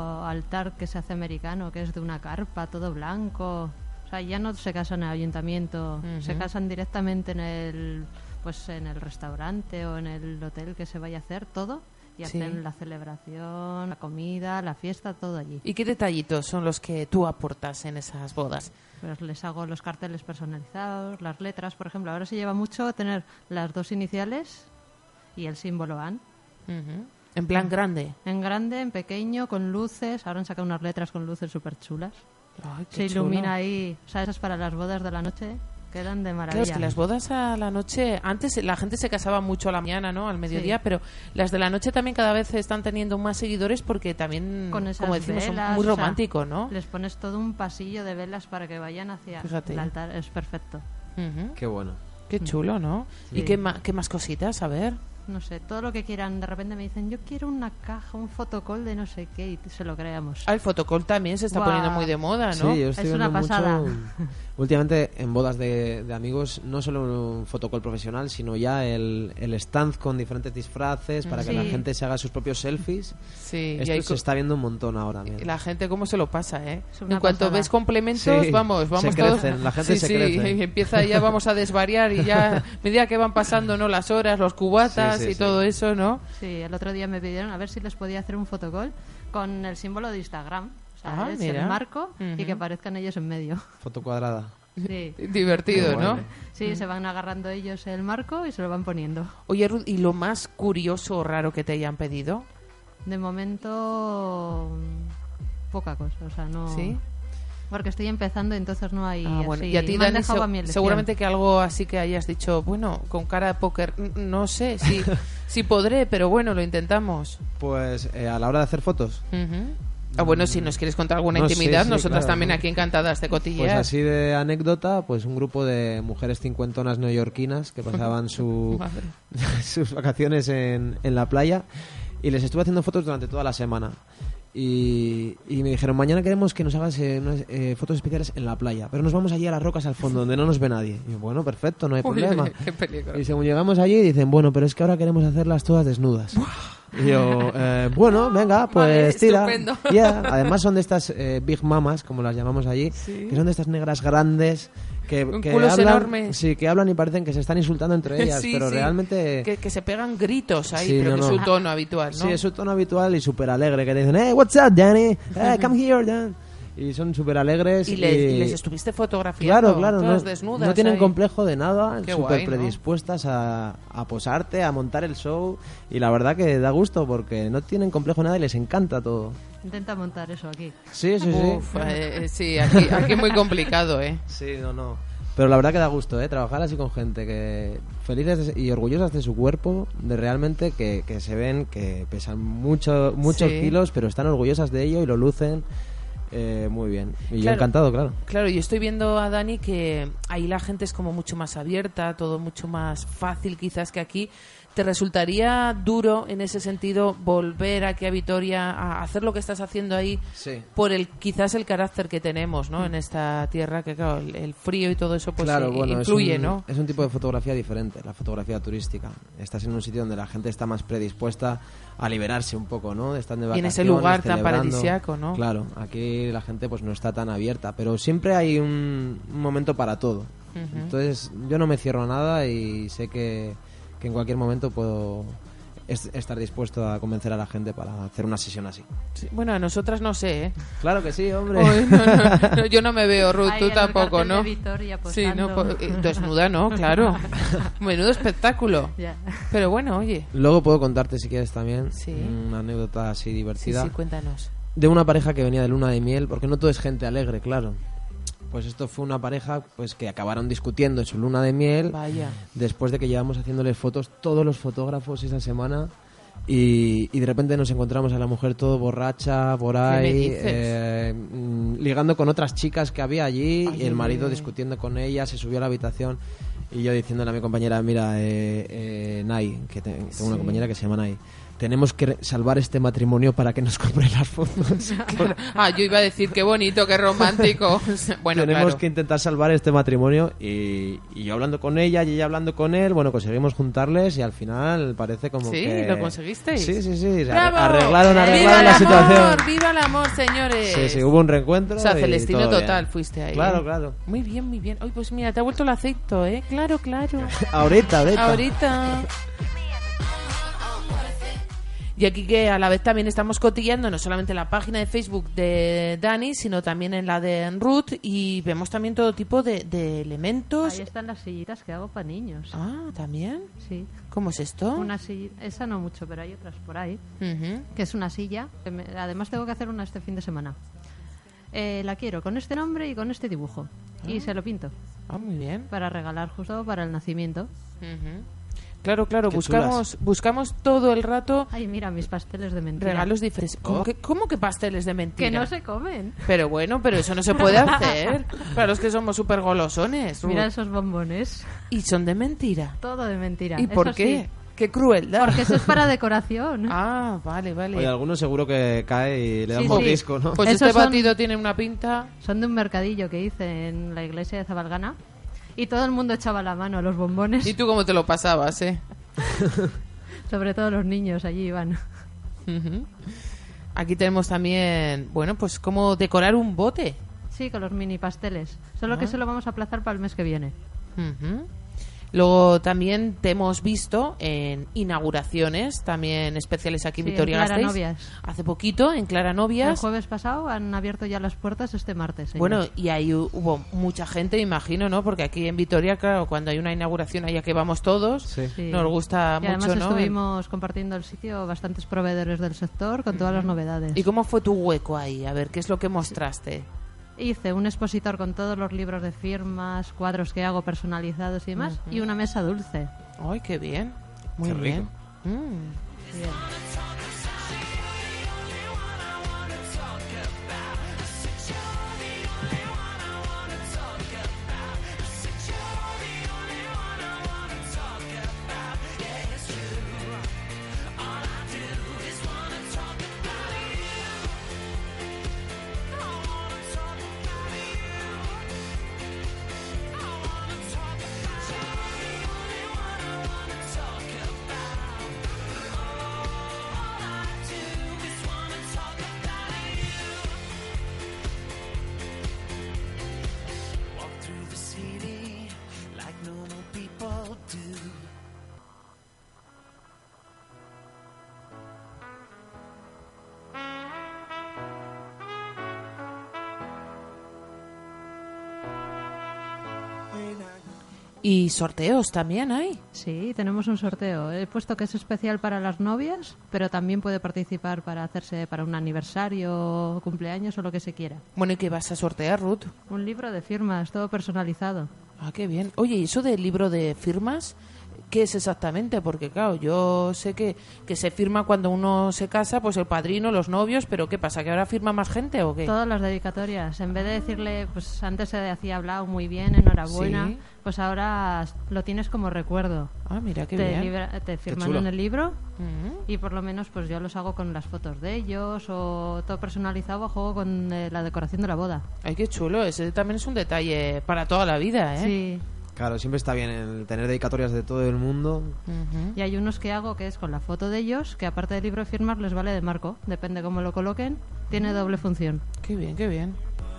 altar que se hace americano, que es de una carpa, todo blanco. O sea, ya no se casan en el ayuntamiento, Ujú. se casan directamente en el, pues en el restaurante o en el hotel que se vaya a hacer, todo. Y Sí. hacen la celebración, la comida, la fiesta, todo allí. ¿Y qué detallitos son los que tú aportas en esas bodas? Pues les hago los carteles personalizados, las letras, por ejemplo. Ahora se lleva mucho tener las dos iniciales y el símbolo A N. Ujú. En plan grande. En grande, en pequeño, con luces. Ahora han sacado unas letras con luces súper chulas. Ay, Se qué chulo. ilumina ahí. O sea, esas para las bodas de la noche quedan de maravilla. Claro, es que las bodas a la noche, antes la gente se casaba mucho a la mañana, ¿no? Al mediodía, Sí. pero las de la noche también cada vez están teniendo más seguidores porque también, Con esas como decimos, velas, son muy o sea, romántico, ¿no? Les pones todo un pasillo de velas para que vayan hacia Fíjate. el altar. Es perfecto. Ujú. Qué bueno. Qué chulo, ¿no? Sí. ¿Y qué, ma- qué más cositas? A ver. No sé, todo lo que quieran. De repente me dicen, yo quiero una caja, un fotocall de no sé qué, y se lo creamos. Ah, el fotocall también se está Guau. poniendo muy de moda, ¿no? Sí, yo estoy Es viendo una pasada. mucho. Últimamente en bodas de, de amigos, no solo un fotocall profesional, sino ya el, el stand con diferentes disfraces para que Sí. la gente se haga sus propios selfies. Sí, y Esto hay se co- está viendo un montón ahora. mira. la gente cómo se lo pasa, ¿eh? Es una En cuanto pasada. ves complementos, Sí, vamos, vamos se todos. crecen, la gente sí, se sí, crece. y empieza ya vamos a desvariar y ya a medida que van pasando, ¿no? Las horas, los cubatas Sí, sí, y sí. todo eso, ¿no? Sí, el otro día me pidieron a ver si les podía hacer un fotocall con el símbolo de Instagram. O sea, Ah, es mira. el marco Ujú. y que aparezcan ellos en medio. Foto cuadrada. Sí, Divertido, Qué ¿no? guay. sí se van agarrando ellos el marco y se lo van poniendo. Oye, Ruth, ¿y lo más curioso o raro que te hayan pedido? De momento, mm, poca cosa. O sea, no... ¿Sí? Porque estoy empezando, entonces no hay Ah, bueno. así. Y a ti, me han Dani, dejado se- a mi elección. seguramente que algo así que hayas dicho, bueno, con cara de póker, n- no sé, si, si podré, pero bueno, lo intentamos. Pues eh, a la hora de hacer fotos, Ujú. Ah, bueno, si nos quieres contar alguna No, sí, intimidad, sí, nosotras claro, también ¿no? aquí encantadas de pues cotillear. así de anécdota, pues un grupo de mujeres cincuentonas neoyorquinas que pasaban su, Madre. sus vacaciones en, en la playa y les estuve haciendo fotos durante toda la semana. Y, y me dijeron, mañana queremos que nos hagas eh, unas, eh, fotos especiales en la playa, pero nos vamos allí a las rocas al fondo, donde no nos ve nadie. Y yo, bueno, perfecto, no hay Uy, problema. qué peligro. Y según llegamos allí, dicen, bueno, pero es que ahora queremos hacerlas todas desnudas. Y yo, eh, bueno, venga, pues Vale, tira. estupendo. Yeah. Además son de estas eh, big mamas, como las llamamos allí, Sí. que son de estas negras grandes, que, Con que culos hablan, enormes. sí, que hablan y parecen que se están insultando entre ellas, Sí, pero sí. realmente... Que, que se pegan gritos ahí, Sí, pero no, que no. es su tono habitual, ¿no? Sí, es su tono habitual y súper alegre, que te dicen, hey, what's up, Danny? Hey, come here, Dan. y son súper alegres. ¿Y, y... les, y les estuviste fotografiando? Claro, claro, todas no, desnudas no tienen ahí. complejo de nada, Qué súper guay, ¿no? predispuestas a, a posarte, a montar el show, y la verdad que da gusto porque no tienen complejo de nada y les encanta todo. Intenta montar eso aquí. Sí, sí, sí. Uf, eh, sí, aquí, aquí es muy complicado, ¿eh? Sí, no, no. Pero la verdad que da gusto, ¿eh? Trabajar así con gente que felices y orgullosas de su cuerpo, de realmente que, que se ven que pesan mucho, muchos Sí. kilos, pero están orgullosas de ello y lo lucen eh, muy bien. Y yo Claro. encantado, claro. Claro, yo estoy viendo a Dani que ahí la gente es como mucho más abierta, todo mucho más fácil quizás que aquí. ¿Te resultaría duro en ese sentido volver aquí a Vitoria a hacer lo que estás haciendo ahí Sí. por el quizás el carácter que tenemos, ¿no? En esta tierra que claro, el, el frío y todo eso pues Claro, eh, bueno, influye, es un, ¿no? es un tipo de fotografía diferente, la fotografía turística. Estás en un sitio donde la gente está más predispuesta a liberarse un poco, ¿no? Están de Y en vacaciones, ese lugar tan celebrando. paradisíaco, ¿no? Claro, aquí la gente pues no está tan abierta, pero siempre hay un, un momento para todo. Ujú. Entonces yo no me cierro a nada y sé que, que en cualquier momento puedo es- estar dispuesto a convencer a la gente para hacer una sesión así. Sí, bueno, a nosotras no sé, ¿eh? Claro que sí, hombre. Uy, no, no, no, yo no me veo, Ruth, Ahí tú en el tampoco, cartel de ¿no? Vitoria Sí, no, posando. po- eh, desnuda, ¿no? Claro. Menudo espectáculo. Ya. Pero bueno, oye. Luego puedo contarte si quieres también Sí. una anécdota así Sí, divertida. sí, cuéntanos. De una pareja que venía de luna de miel, porque no todo es gente alegre, claro. Pues esto fue una pareja pues que acabaron discutiendo en su luna de miel Vaya. después de que llevamos haciéndoles fotos todos los fotógrafos esa semana y, y de repente nos encontramos a la mujer todo borracha por me ahí, dices? eh, mm, ligando con otras chicas que había allí Ay, y el marido ay, ay. discutiendo con ella, se subió a la habitación y yo diciéndole a mi compañera, mira, eh, eh, Nay, que te- tengo una Sí. compañera que se llama Nay, tenemos que re- salvar este matrimonio para que nos compre las fotos. Ah, yo iba a decir qué bonito, qué romántico. Bueno, Tenemos claro. que intentar salvar este matrimonio y, y yo hablando con ella y ella hablando con él, bueno, conseguimos juntarles y al final parece como Sí, que... ¿lo conseguisteis? Sí, sí, sí, se ¡Bravo! arreglaron, ¡Viva arreglaron el la amor! situación. ¡Viva el amor, señores! Sí, sí, hubo un reencuentro O sea, y Celestino todo total bien. fuiste ahí. Claro, ¿eh? claro. Muy bien, muy bien. Ay, pues mira, te ha vuelto el aceito, ¿eh? Claro, claro. Ahorita, ahorita. Ahorita. Y aquí que a la vez también estamos cotilleando no solamente en la página de Facebook de Dani, sino también en la de Ruth y vemos también todo tipo de, de elementos. Ahí están las sillitas que hago para niños. Ah, ¿también? Sí. ¿Cómo es esto? Una silla, esa no mucho, pero hay otras por ahí, Ujú. que es una silla. Que me- además tengo que hacer una este fin de semana. Eh, la quiero con este nombre y con este dibujo. Y se lo pinto Ah, muy bien. para regalar justo para el nacimiento. Ujú. Claro, claro, Qué buscamos buscamos todo el rato Ay, mira, mis pasteles de mentira. regalos diferentes. ¿Cómo, Oh. que, cómo que pasteles de mentira? Que no se comen. Pero bueno, pero eso no se puede hacer. Para los que somos súper golosones. Mira Ruth. esos bombones. Y son de mentira. Todo de mentira. ¿Y por eso qué? sí. Qué crueldad. Porque eso es para decoración. Ah, vale, vale. Oye, alguno seguro que cae y le da Sí, un sí. mordisco, ¿no? Pues Esos este son- batido tiene una pinta. Son de un mercadillo que hice en la iglesia de Zabalgana. Y todo el mundo echaba la mano a los bombones. ¿Y tú cómo te lo pasabas, eh? Sobre todo los niños allí iban. Ujú. Aquí tenemos también, bueno, pues cómo decorar un bote. Sí, con los mini pasteles. Solo que Ah. se lo vamos a aplazar para el mes que viene. Ujú. Luego también te hemos visto en inauguraciones, también especiales aquí en Sí, en Vitoria Clara Gasteiz. Novias. Hace poquito, en Clara El Novias. jueves pasado han abierto ya las puertas este martes. ellos. Bueno, y ahí hu- hubo mucha gente, imagino, ¿no? Porque aquí en Vitoria, claro, cuando hay una inauguración, allá que vamos todos, Sí. Sí. nos gusta Y además mucho, ¿no? estuvimos compartiendo el sitio bastantes proveedores del sector con todas las novedades. ¿Y cómo fue tu hueco ahí? A ver, ¿qué es lo que mostraste? Hice un expositor con todos los libros de firmas, cuadros que hago personalizados y demás, y una mesa dulce. Ay, qué bien. Muy Qué rico. bien. Mm. Bien. Y sorteos también hay. Sí, tenemos un sorteo. He puesto que es especial para las novias, pero también puede participar para hacerse para un aniversario, cumpleaños o lo que se quiera. Bueno, ¿y qué vas a sortear, Ruth? Un libro de firmas, todo personalizado. Ah, qué bien. Oye, ¿y eso del libro de firmas? ¿Qué es exactamente? Porque, claro, yo sé que, que se firma cuando uno se casa, pues el padrino, los novios, pero ¿qué pasa? ¿Que ahora firma más gente o qué? Todas las dedicatorias. En vez de decirle, pues antes se decía hablado muy bien, enhorabuena, Sí. pues ahora lo tienes como recuerdo. Ah, mira, qué te, bien. libra- te firman chulo. en el libro Ujú. y por lo menos pues yo los hago con las fotos de ellos o todo personalizado a juego con eh, la decoración de la boda. Ay, qué chulo. Ese también es un detalle para toda la vida, ¿eh? Sí. Claro, siempre está bien el tener dedicatorias de todo el mundo. Ujú. Y hay unos que hago que es con la foto de ellos, que aparte del libro de firmar les vale de marco, depende cómo lo coloquen, tiene doble función. Qué bien, qué bien.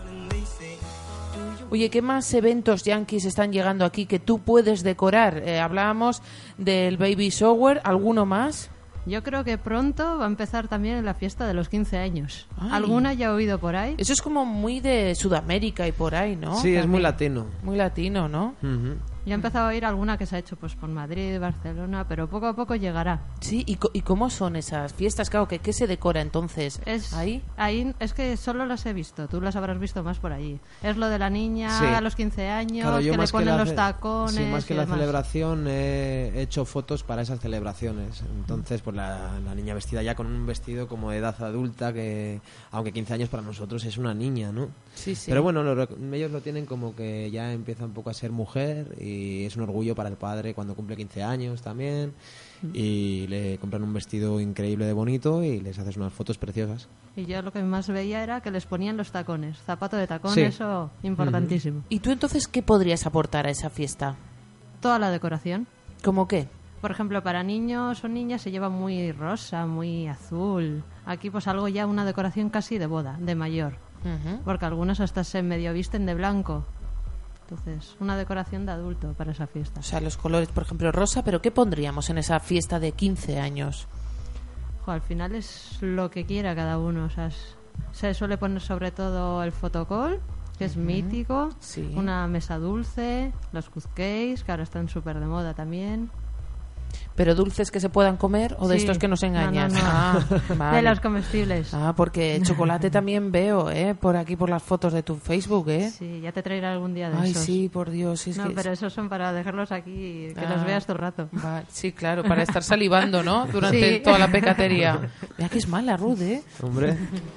Oye, ¿qué más eventos yankees están llegando aquí que tú puedes decorar? Eh, hablábamos del baby shower, ¿alguno más? Yo creo que pronto va a empezar también la fiesta de los quince años. Ay. ¿Alguna ya he oído por ahí? Eso es como muy de Sudamérica y por ahí, ¿no? Sí, es muy También. latino. Muy latino, ¿no? Ujú. Yo he empezado a oír alguna que se ha hecho pues por Madrid, Barcelona, pero poco a poco llegará. Sí, ¿y, co- y cómo son esas fiestas? Claro, ¿qué, qué se decora entonces? Es, ¿Ahí? ahí es que solo las he visto, tú las habrás visto más por allí. Es lo de la niña Sí. a los quince años, Claro, yo que le más que ponen la los ce- tacones sí, más que y la demás. celebración he hecho fotos para esas celebraciones. Entonces, pues la, la niña vestida ya con un vestido como de edad adulta, que aunque quince años para nosotros es una niña, ¿no? Sí, sí. Pero bueno, lo rec- ellos lo tienen como que ya empieza un poco a ser mujer y es un orgullo para el padre cuando cumple quince años también. Y le compran un vestido increíble de bonito y les haces unas fotos preciosas. Y yo lo que más veía era que les ponían los tacones, zapato de tacón, Sí. eso importantísimo. ¿Y tú entonces qué podrías aportar a esa fiesta? Toda la decoración. ¿Cómo qué? Por ejemplo, para niños o niñas se lleva muy rosa, muy azul. Aquí pues algo ya, una decoración casi de boda, de mayor. Ujú. Porque algunos hasta se medio visten de blanco. Entonces, una decoración de adulto para esa fiesta. O sea, los colores, por ejemplo, rosa, pero ¿qué pondríamos en esa fiesta de quince años? Jo, al final es lo que quiera cada uno. O sea, es- se suele poner sobre todo el fotocall, que es mítico, Sí. una mesa dulce, los cupcakes, que ahora están súper de moda también. ¿Pero dulces que se puedan comer o de Sí. estos que nos engañan? No, no, no. Ah, vale. De los comestibles. Ah, porque chocolate también veo, ¿eh? Por aquí, por las fotos de tu Facebook, ¿eh? Sí, ya te traeré algún día de Ay, esos. sí, por Dios. Es no, que... pero esos son para dejarlos aquí y que Ah, los veas todo el rato. va- sí, claro, para estar salivando, ¿no? Durante Sí. toda la pecatería. Mira que es mala, Ruth, ¿eh? Hombre,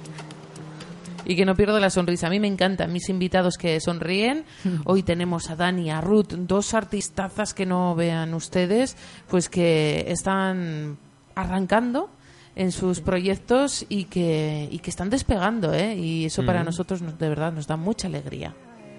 Y que no pierdo la sonrisa. A mí me encantan mis invitados que sonríen. Hoy tenemos a Dani y a Ruth, dos artistazas que no vean ustedes, pues que están arrancando en sus proyectos y que, y que están despegando, ¿eh? Y eso para nosotros nos- de verdad nos da mucha alegría.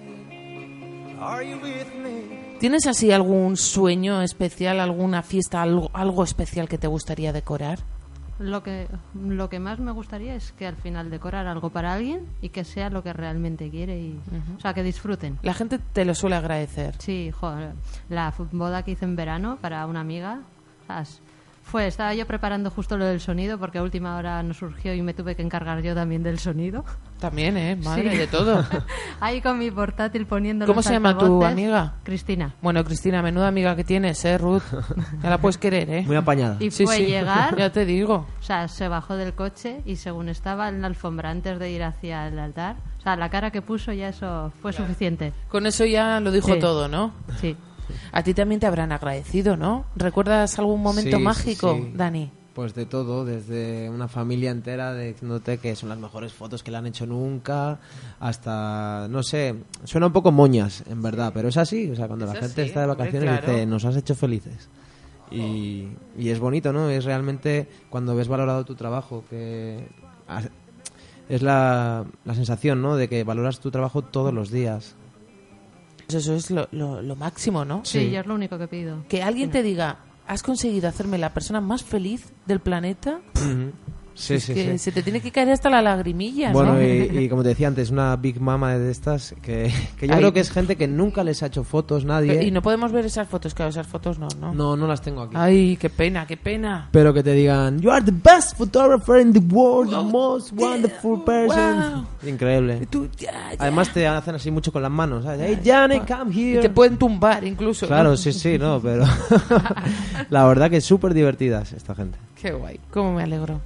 ¿Tienes así algún sueño especial, alguna fiesta, algo, algo especial que te gustaría decorar? Lo que, lo que más me gustaría es que al final decorar algo para alguien y que sea lo que realmente quiere y, o sea, que disfruten. La gente te lo suele agradecer. Sí, joder, la fu- boda que hice en verano para una amiga, as- fue, estaba yo preparando justo lo del sonido porque a última hora nos surgió y me tuve que encargar yo también del sonido. También, ¿eh? Madre Sí. de todo. Ahí con mi portátil poniendo ¿Cómo los se llama tu altavoces. amiga? Cristina. Bueno, Cristina, menuda amiga que tienes, ¿eh, Ruth? Ya la puedes querer, ¿eh? muy apañada. Y Sí, fue sí. llegar, Ya te digo. o sea, se bajó del coche y según estaba en la alfombra antes de ir hacia el altar, o sea, la cara que puso ya eso fue suficiente. Con eso ya lo dijo Sí. todo, ¿no? Sí. A ti también te habrán agradecido, ¿no? ¿Recuerdas algún momento Sí, mágico, sí. Dani? Pues de todo, desde una familia entera diciéndote que son las mejores fotos que le han hecho nunca, hasta, no sé, suena un poco moñas, en verdad, pero es así, o sea, cuando Es la gente así, está de hombre, vacaciones claro. dice, nos has hecho felices. Y, y es bonito, ¿no? Es realmente cuando ves valorado tu trabajo, que has- es la, la sensación, ¿no? De que valoras tu trabajo todos los días. Pues eso es lo, lo- lo máximo, ¿no? Sí, Sí. yo es lo único que pido. Que alguien te diga, has conseguido hacerme la persona más feliz del planeta. Ujú. Sí, es sí, que sí. se te tiene que caer hasta la lagrimilla, Bueno, ¿no? y, y como te decía antes, una Big Mama de estas que, que yo Ay. creo que es gente que nunca les ha hecho fotos nadie. Y no podemos ver esas fotos, claro, esas fotos no, ¿no? No, no las tengo aquí. Ay, qué pena, qué pena. Pero que te digan, you are the best photographer in the world, the most wonderful person. Wow. Increíble. Tú, ya, ya. Además te hacen así mucho con las manos, ¿sabes? Hey, Johnny, come Y here. te pueden tumbar incluso, Claro, ¿no? sí, sí, no, pero la verdad que es súper divertidas esta gente. Qué guay, cómo me alegro.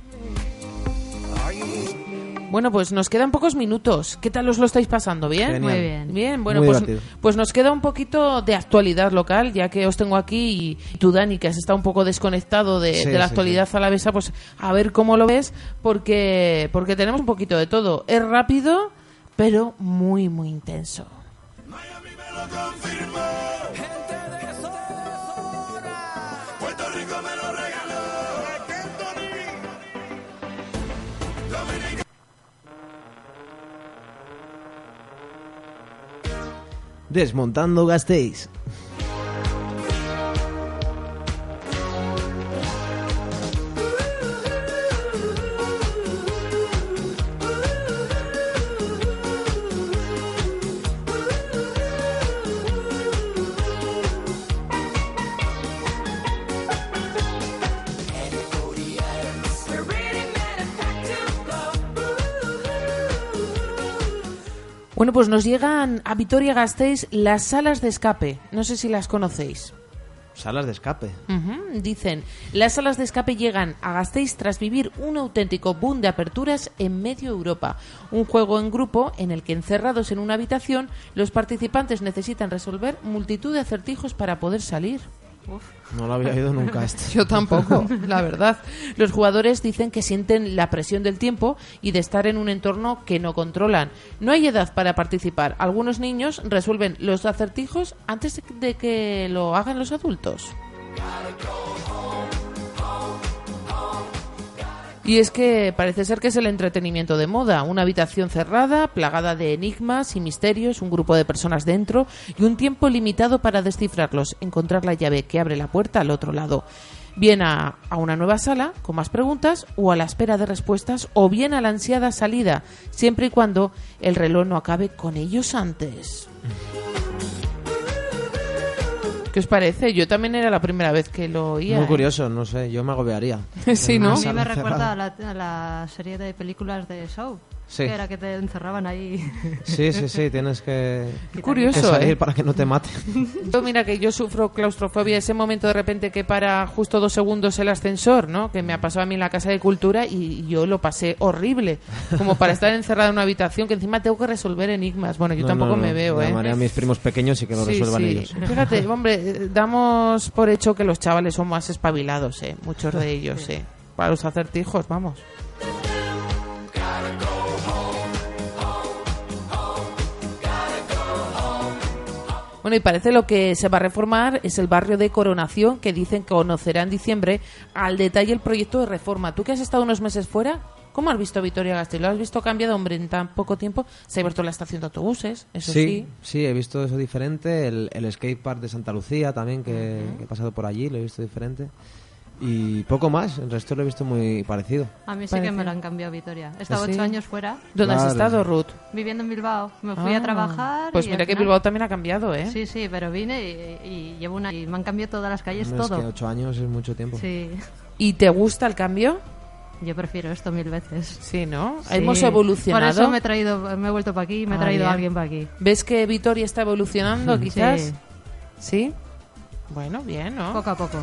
Bueno, pues nos quedan pocos minutos. ¿Qué tal os lo estáis pasando? ¿Bien? Genial. Muy bien. Bien, bueno, Muy pues, divertido. pues nos queda un poquito de actualidad local, ya que os tengo aquí y tú, Dani, que has estado un poco desconectado de, Sí, de la sí, actualidad alavesa, pues a ver cómo lo ves, porque, porque tenemos un poquito de todo. Es rápido, pero muy, muy intenso. Desmontando Gasteiz. Bueno, pues nos llegan a Vitoria-Gasteiz las salas de escape. No sé si las conocéis. Salas de escape. Ujú, dicen, las salas de escape llegan a Gasteiz tras vivir un auténtico boom de aperturas en medio Europa. Un juego en grupo en el que, encerrados en una habitación, los participantes necesitan resolver multitud de acertijos para poder salir. No lo había oído nunca esto. Yo tampoco, la verdad. Los jugadores dicen que sienten la presión del tiempo y de estar en un entorno que no controlan. No hay edad para participar. Algunos niños resuelven los acertijos antes de que lo hagan los adultos. Y es que parece ser que es el entretenimiento de moda. Una habitación cerrada, plagada de enigmas y misterios, un grupo de personas dentro y un tiempo limitado para descifrarlos, encontrar la llave que abre la puerta al otro lado. Bien a, a una nueva sala, con más preguntas, o a la espera de respuestas, o bien a la ansiada salida, siempre y cuando el reloj no acabe con ellos antes. ¿Qué os parece? Yo también era la primera vez que lo oía. Muy ¿eh? curioso, no sé, yo me agobiaría. Sí, En ¿no? una A mí sala me recuerda cerrada. a la, a la serie de películas de Show. Sí. Que era que te encerraban ahí. Sí, sí, sí, tienes que, Qué que curioso, salir ¿eh? para que no te maten. Yo, mira que yo sufro claustrofobia, ese momento de repente que para justo dos segundos el ascensor, ¿no? Que me ha pasado a mí en la Casa de Cultura y yo lo pasé horrible, como para estar encerrada en una habitación que encima tengo que resolver enigmas. Bueno, yo No, tampoco no, no. me veo, ¿eh? Llamaré a mis primos pequeños y que lo Sí, resuelvan sí. ellos. Fíjate, hombre, eh, damos por hecho que los chavales son más espabilados, ¿eh? Muchos de ellos, ¿eh? Para los acertijos, vamos. Bueno, y parece lo que se va a reformar es el barrio de Coronación, que dicen que conocerá en diciembre al detalle el proyecto de reforma. Tú que has estado unos meses fuera, ¿cómo has visto Vitoria-Gasteiz? ¿Lo has visto cambiado, hombre, en tan poco tiempo? Se ha abierto la estación de autobuses, eso sí. Sí, sí, he visto eso diferente. El, el skate park de Santa Lucía también, que, que he pasado por allí, lo he visto diferente. Y poco más, el resto lo he visto muy parecido. A mí sí Parece. que me lo han cambiado Vitoria. He estado ¿Ah, sí? ocho años fuera, ¿Dónde has Claro. estado, Ruth? viviendo en Bilbao. Me fui Ah, a trabajar. Pues y mira al que final- Bilbao también ha cambiado, ¿eh? Sí, sí, pero vine y, y llevo una... Y me han cambiado todas las calles, No, es todo. que ocho años es mucho tiempo. Sí, ¿Y te gusta el cambio? yo prefiero esto mil veces. Sí, ¿no? Sí. Hemos evolucionado. Por eso me he traído, me he vuelto para aquí y me he Ah, traído bien. a alguien para aquí. ¿Ves que Vitoria está evolucionando, quizás? Sí. ¿Sí? Bueno, bien, ¿no? Poco a poco.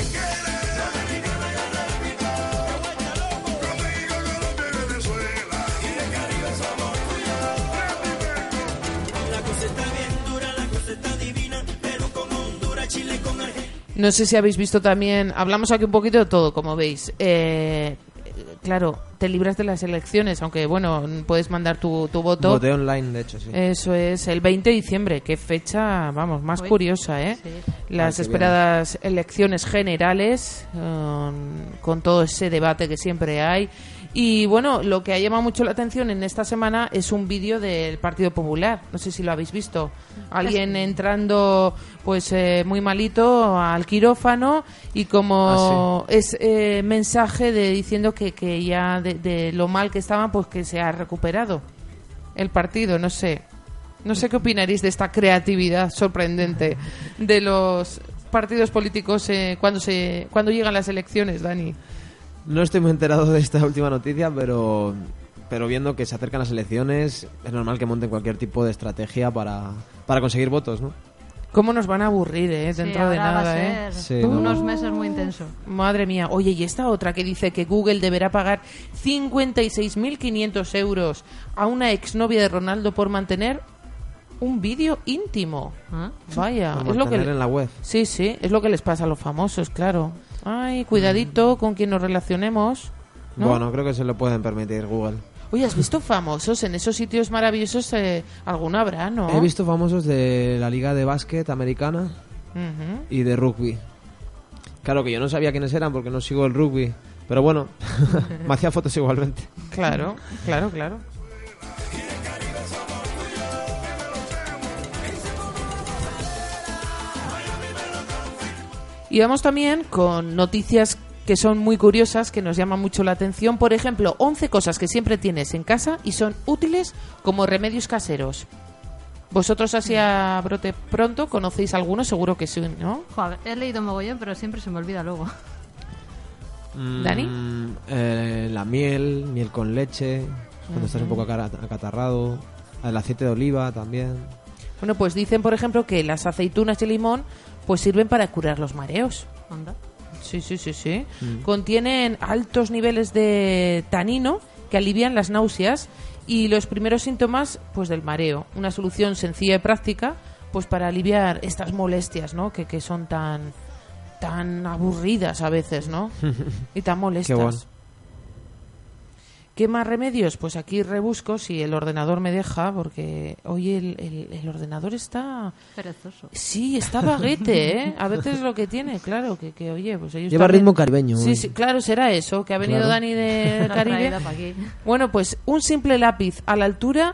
No sé si habéis visto también, hablamos aquí un poquito de todo, como veis. Eh, claro, te libras de las elecciones, aunque bueno, puedes mandar tu, tu voto. Voté online, de hecho, sí. Eso es, el veinte de diciembre. Qué fecha, vamos, más Uy, curiosa, ¿eh? sí. Las Ay, qué esperadas elecciones generales, um, con todo ese debate que siempre hay. Y bueno, lo que ha llamado mucho la atención en esta semana es un vídeo del Partido Popular. No sé si lo habéis visto. Alguien entrando pues eh, muy malito al quirófano y como Ah, sí. es eh, mensaje de diciendo que, que ya de, de lo mal que estaban, pues que se ha recuperado el partido. No sé. No sé qué opinaréis de esta creatividad sorprendente de los partidos políticos eh, cuando se cuando llegan las elecciones, Dani. No estoy muy enterado de esta última noticia, pero pero viendo que se acercan las elecciones, es normal que monten cualquier tipo de estrategia para, para conseguir votos, ¿no? ¿Cómo nos van a aburrir, eh? Sí, Dentro de ahora nada, va a eh. ser Sí, no. unos meses muy intensos. Madre mía. Oye, y esta otra que dice que Google deberá pagar cincuenta y seis mil quinientos euros a una exnovia de Ronaldo por mantener un vídeo íntimo. ¿Ah? Vaya, Para es lo que mantener en la web. Sí, sí, es lo que les pasa a los famosos, claro. Ay, cuidadito con quien nos relacionemos, ¿no? Bueno, creo que se lo pueden permitir Google. Oye, ¿has visto famosos en esos sitios maravillosos? Eh, alguno habrá, ¿no? He visto famosos de la liga de básquet americana Ujú. y de rugby. Claro que yo no sabía quiénes eran porque no sigo el rugby, pero bueno, me hacía fotos igualmente. Claro, claro, claro. Y vamos también con noticias que son muy curiosas, que nos llaman mucho la atención. Por ejemplo, once cosas que siempre tienes en casa y son útiles como remedios caseros. Vosotros así a brote pronto conocéis alguno, seguro que sí, ¿no? Joder, he leído mogollón, pero siempre se me olvida luego. ¿Dani? Mm, eh, la miel, miel con leche, cuando estás un poco acara- acatarrado. El aceite de oliva también. Bueno, pues dicen, por ejemplo, que las aceitunas y el limón pues sirven para curar los mareos. Anda. Sí, sí, sí, sí. Contienen altos niveles de tanino que alivian las náuseas y los primeros síntomas pues del mareo. Una solución sencilla y práctica pues para aliviar estas molestias, ¿no? Que, que son tan tan aburridas a veces, ¿no? Y tan molestas. Qué bueno. ¿Qué más remedios? Pues aquí rebusco si el ordenador me deja, porque hoy el, el, el ordenador está... Perezoso. Sí, está baguete, ¿eh? A veces lo que tiene, claro, que, que oye, pues ellos Lleva también- ritmo caribeño. Sí, hoy. sí, claro, será eso, que ha venido Claro. Dani del La Caribe. traída pa' aquí. Bueno, pues un simple lápiz a la altura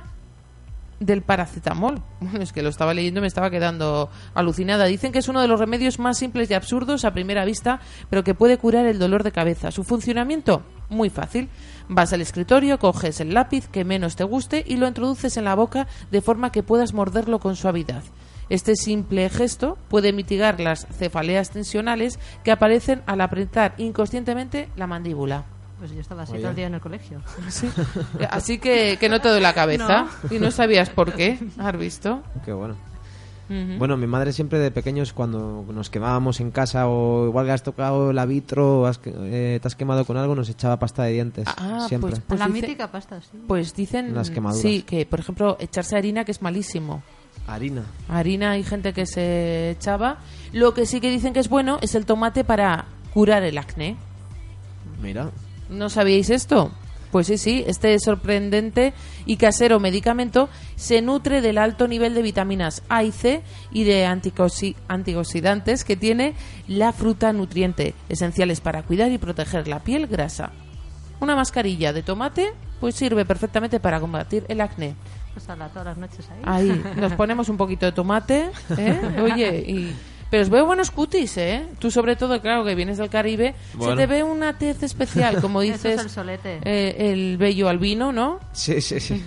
del paracetamol. Bueno, es que lo estaba leyendo y me estaba quedando alucinada. Dicen que es uno de los remedios más simples y absurdos a primera vista, pero que puede curar el dolor de cabeza. Su funcionamiento, muy fácil. Vas al escritorio, coges el lápiz que menos te guste y lo introduces en la boca de forma que puedas morderlo con suavidad. Este simple gesto puede mitigar las cefaleas tensionales que aparecen al apretar inconscientemente la mandíbula. Pues yo estaba así Oye. todo el día en el colegio. Sí. Así que, que no te doy la cabeza. Y no sabías por qué. ¿Has visto? Qué bueno. Ujú. Bueno, mi madre siempre de pequeños cuando nos quemábamos en casa o igual que has tocado la vitro o has que- eh, te has quemado con algo nos echaba pasta de dientes. Ah, siempre. pues- la dice- mítica pasta, sí. Pues dicen Las quemaduras. sí, que por ejemplo echarse harina que es malísimo. Harina. Harina hay gente que se echaba. Lo que sí que dicen que es bueno es el tomate para curar el acné. Mira. ¿No sabíais esto? Pues sí, sí, este sorprendente y casero medicamento se nutre del alto nivel de vitaminas A y C y de anticoxi- antioxidantes que tiene la fruta nutriente, esenciales para cuidar y proteger la piel grasa. Una mascarilla de tomate pues sirve perfectamente para combatir el acné. Pues ala, todas las noches ahí. Ahí nos ponemos un poquito de tomate, ¿eh? Oye, y... pero os veo buenos cutis, ¿eh? Tú sobre todo, claro, que vienes del Caribe, Bueno. se te ve una tez especial, como Eso es dices, el solete. eh, el bello albino, ¿no? Sí, sí, sí.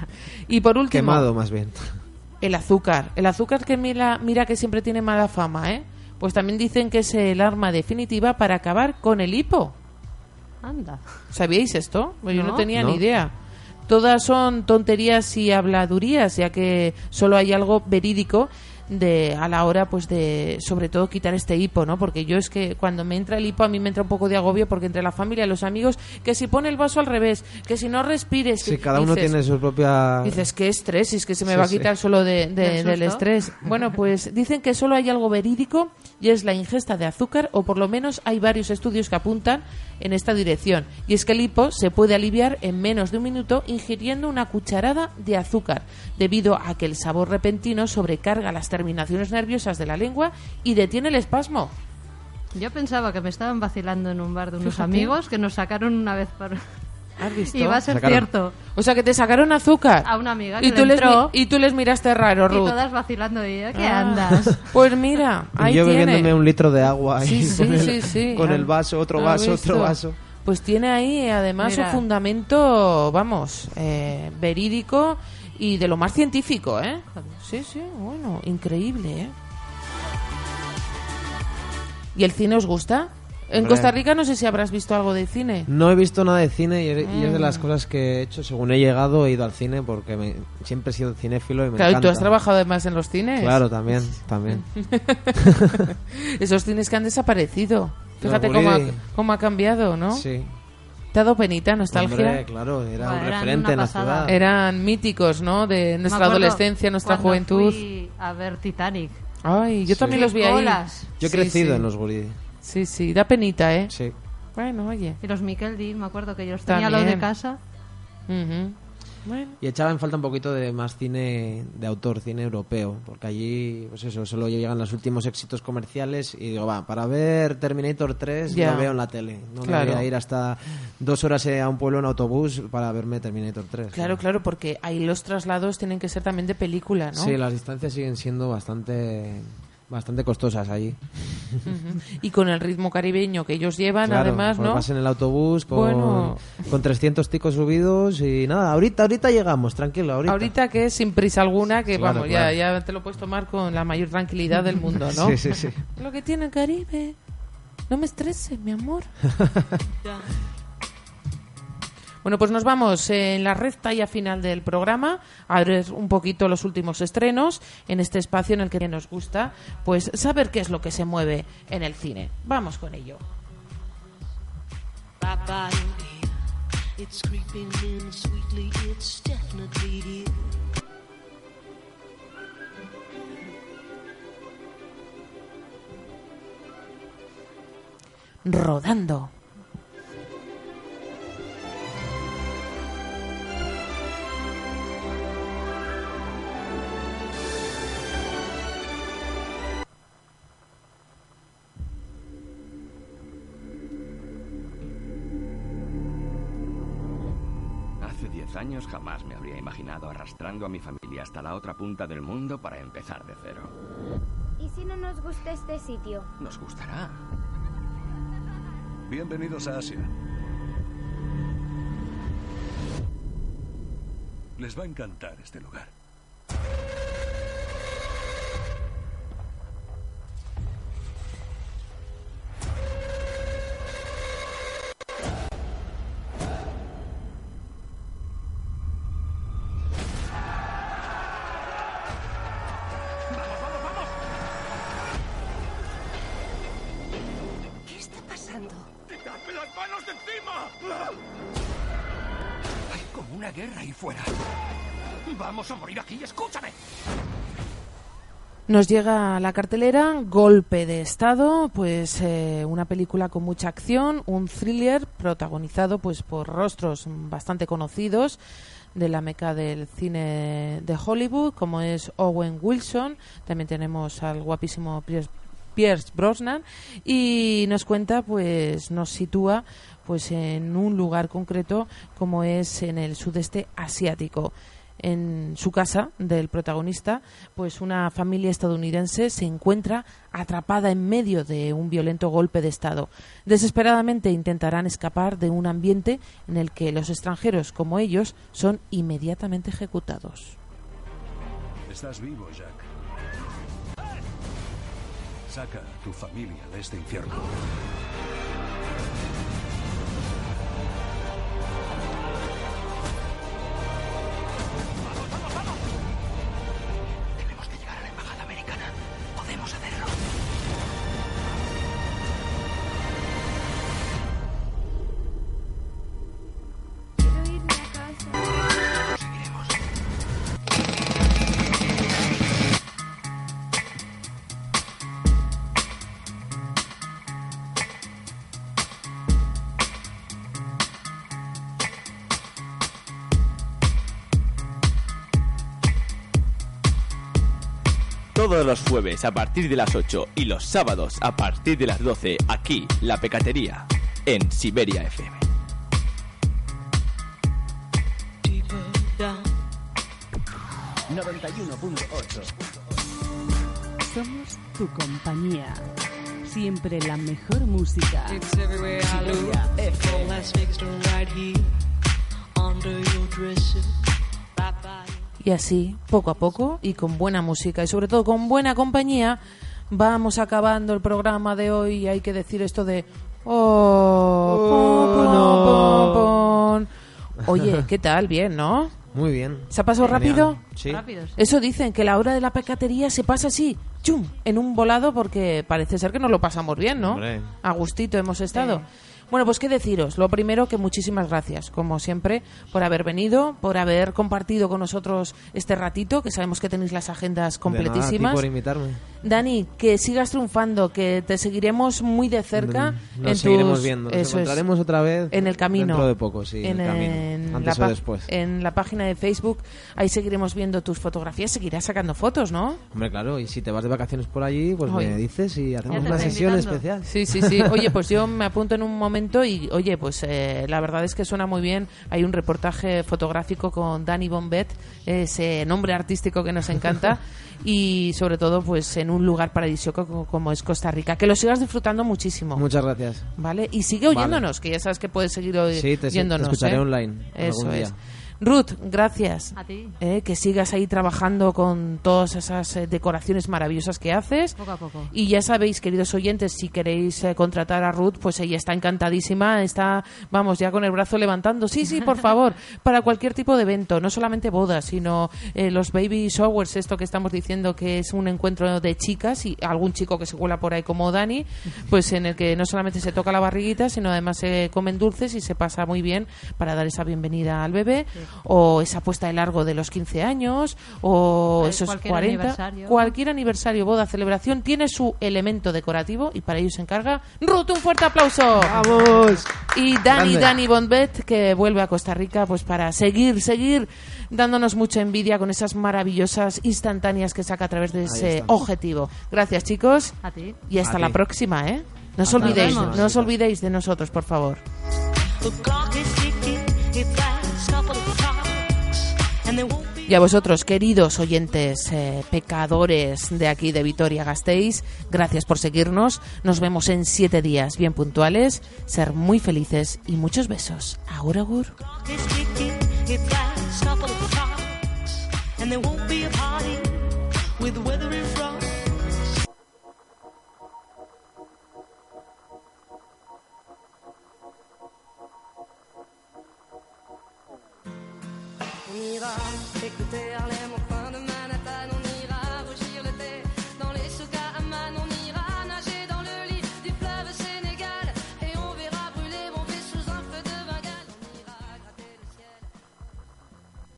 Y por último, Quemado más bien. el azúcar. El azúcar que mira, mira que siempre tiene mala fama, ¿eh? Pues también dicen que es el arma definitiva para acabar con el hipo. Anda. ¿Sabíais esto? Pues yo no No. tenía No. ni idea. Todas son tonterías y habladurías, ya que solo hay algo verídico de a la hora pues de sobre todo quitar este hipo, ¿no? Porque yo es que cuando me entra el hipo a mí me entra un poco de agobio porque entre la familia y los amigos que si pone el vaso al revés, que si no respires, Sí, que cada uno dices- tiene su propia... Dices, qué estrés, si es que se me Sí, va a sí. quitar solo de, de- ¿Del del susto? estrés. Bueno, pues dicen que solo hay algo verídico y es la ingesta de azúcar, o por lo menos hay varios estudios que apuntan en esta dirección. Y es que el hipo se puede aliviar en menos de un minuto ingiriendo una cucharada de azúcar, debido a que el sabor repentino sobrecarga las terminaciones nerviosas de la lengua y detiene el espasmo. Yo pensaba que me estaban vacilando en un bar de unos Fíjate. amigos que nos sacaron una vez por... ¿Has visto? Y va a ser Sacaron. cierto. O sea, que te sacaron azúcar. A una amiga que y le tú les entró mi- Y tú les miraste raro, y Ruth. todas vacilando y yo, ¿qué Ah. andas? Pues mira, ahí y yo tiene. bebiéndome un litro de agua ahí Sí, sí, con, el, sí, sí. con ¿Has- el vaso, otro has vaso, visto? otro vaso. Pues tiene ahí además Mira. un fundamento, vamos, eh, verídico y de lo más científico, ¿eh? Sí, sí, bueno, increíble, ¿eh? ¿Y el cine os gusta? En Hombre. Costa Rica no sé si habrás visto algo de cine. No he visto nada de cine y, y es de Mm. las cosas que he hecho. Según he llegado, he ido al cine porque me- siempre he sido cinéfilo y me Claro, y encanta. tú has trabajado además en los cines. Claro, también, también. Esos cines que han desaparecido. Fíjate Los cómo ha, Guridi. cómo ha cambiado, ¿no? Sí. ¿Te ha dado penita, nostalgia? Hombre, claro, era Bueno, un eran referente una en la pasada. ciudad. Eran míticos, ¿no? De Me nuestra acuerdo adolescencia, nuestra cuando juventud. fui a ver Titanic. Ay, yo Sí. también los vi ahí. Colas. Yo he Sí, crecido sí. en los Guridi. Sí, sí, da penita, ¿eh? Sí. Bueno, oye. Y los Mikeldin, me acuerdo que yo los tenía También. los de casa. Ujú. Bueno. Y echaba en falta un poquito de más cine de autor, cine europeo, porque allí, pues eso, solo llegan los últimos éxitos comerciales y digo, va, para ver Terminator tres Ya. lo veo en la tele. No Claro. me voy a ir hasta dos horas eh, a un pueblo en autobús para verme Terminator tres. Claro, ¿no? claro, porque ahí los traslados tienen que ser también de película, ¿no? Sí, las distancias siguen siendo bastante bastante costosas allí. Ujú. Y con el ritmo caribeño que ellos llevan, Claro, además, porque ¿no? vas en el autobús con, Bueno. con trescientos ticos subidos y nada, ahorita ahorita llegamos, tranquilo, ahorita. Ahorita que es sin prisa alguna, que Claro, vamos, claro. Ya, ya te lo puedes tomar con la mayor tranquilidad del mundo, ¿no? Sí, sí, sí. Lo que tiene el Caribe. No me estreses, mi amor. Bueno, pues nos vamos en la recta ya final del programa a ver un poquito los últimos estrenos en este espacio en el que nos gusta pues saber qué es lo que se mueve en el cine. Vamos con ello. It's creeping in sweetly, it's definitely here. Rodando. Hace diez años jamás me habría imaginado arrastrando a mi familia hasta la otra punta del mundo para empezar de cero. ¿Y si no nos gusta este sitio? ¿Nos gustará? Bienvenidos a Asia. Les va a encantar este lugar. ¿Qué está pasando? ¡Quitadme las manos de encima! Hay como una guerra ahí fuera. Vamos a morir aquí, escúchame. Nos llega a la cartelera Golpe de Estado, pues eh, una película con mucha acción, un thriller protagonizado pues por rostros bastante conocidos de la meca del cine de Hollywood, como es Owen Wilson. También tenemos al guapísimo Pierce, Pierce Brosnan, y nos cuenta, pues nos sitúa pues en un lugar concreto como es en el sudeste asiático. En su casa del protagonista, pues una familia estadounidense se encuentra atrapada en medio de un violento golpe de Estado. Desesperadamente intentarán escapar de un ambiente en el que los extranjeros como ellos son inmediatamente ejecutados. Estás vivo, Jack. Saca a tu familia de este infierno. Tenemos que llegar a la embajada americana. Podemos hacerlo. Quiero irme a casa. Lo seguiremos. Todos los jueves a partir de las ocho y los sábados a partir de las doce, aquí, La Pecatería, en Siberia F M. down. noventa y uno punto ocho. Somos tu compañía. Siempre la mejor música. It's everywhere I look. From Las Vegas to right here under your dresser. Bye bye. Y así, poco a poco, y con buena música, y sobre todo con buena compañía, vamos acabando el programa de hoy. Y hay que decir esto de... Oh, pon, pon, pon, pon. Oye, ¿qué tal? Bien, ¿no? Muy bien. ¿Se ha pasado Genial. rápido? Sí. Rápido, sí. Eso dicen, que la hora de la pecatería se pasa así, chum, en un volado, porque parece ser que nos lo pasamos bien, ¿no? Hombre. A gustito hemos estado. Bueno, pues qué deciros. Lo primero, que muchísimas gracias, como siempre, por haber venido, por haber compartido con nosotros este ratito, que sabemos que tenéis las agendas completísimas. De nada, a ti por invitarme. Dani, que sigas triunfando, que te seguiremos muy de cerca. Nos en seguiremos tus, viendo, nos eso es, encontraremos otra vez en el camino. dentro de poco, sí, en el camino. en Antes la o pa- después. En la página de Facebook, ahí seguiremos viendo tus fotografías, seguirás sacando fotos, ¿no? Hombre, claro, y si te vas de vacaciones por allí, pues Oye. me dices y hacemos Ya te una estoy sesión invitando. especial. Sí, sí, sí. Oye, pues yo me apunto en un momento y, oye, pues eh, la verdad es que suena muy bien. Hay un reportaje fotográfico con Dani Bombet, ese nombre artístico que nos encanta, y sobre todo, pues en un lugar paradisíaco como, como es Costa Rica. Que lo sigas disfrutando muchísimo. Muchas gracias. ¿Vale? Y sigue oyéndonos, que ya sabes que puedes seguir oy- Sí, te, te oyéndonos. escucharé ¿eh? online Eso algún día. es. Ruth, gracias. A ti. Eh, que sigas ahí trabajando con todas esas eh, decoraciones maravillosas que haces. Poco a poco. Y ya sabéis, queridos oyentes, si queréis eh, contratar a Ruth, pues ella está encantadísima, está, vamos, ya con el brazo levantando. Sí, sí, por favor, para cualquier tipo de evento, no solamente bodas, sino eh, los baby showers, esto que estamos diciendo que es un encuentro de chicas y algún chico que se cuela por ahí como Dani, pues en el que no solamente se toca la barriguita, sino además se comen dulces y se pasa muy bien para dar esa bienvenida al bebé, o esa puesta de largo de los quince años, o Eh, esos cualquier cuarenta, aniversario. cualquier aniversario, boda, celebración, tiene su elemento decorativo y para ello se encarga Ruth. Un fuerte aplauso. ¡Vamos! Y Dani, Grande. Dani Bombet, que vuelve a Costa Rica pues para seguir, seguir dándonos mucha envidia con esas maravillosas instantáneas que saca a través de ese estamos. objetivo. Gracias, chicos. A ti. Y hasta A la ti. próxima, ¿eh? No os Hasta la olvidéis, próxima, no os chicas. olvidéis de nosotros, por favor. The clock is ticking, it lasts couple of clocks, and there won't be Y a vosotros, queridos oyentes, eh, pecadores de aquí de Vitoria-Gasteiz, gracias por seguirnos. Nos vemos en siete días bien puntuales. Ser muy felices y muchos besos. Agur, agur. clock is ticking, it lasts couple of clocks, and there won't be a party with the weather in front. On ira écouter Harlem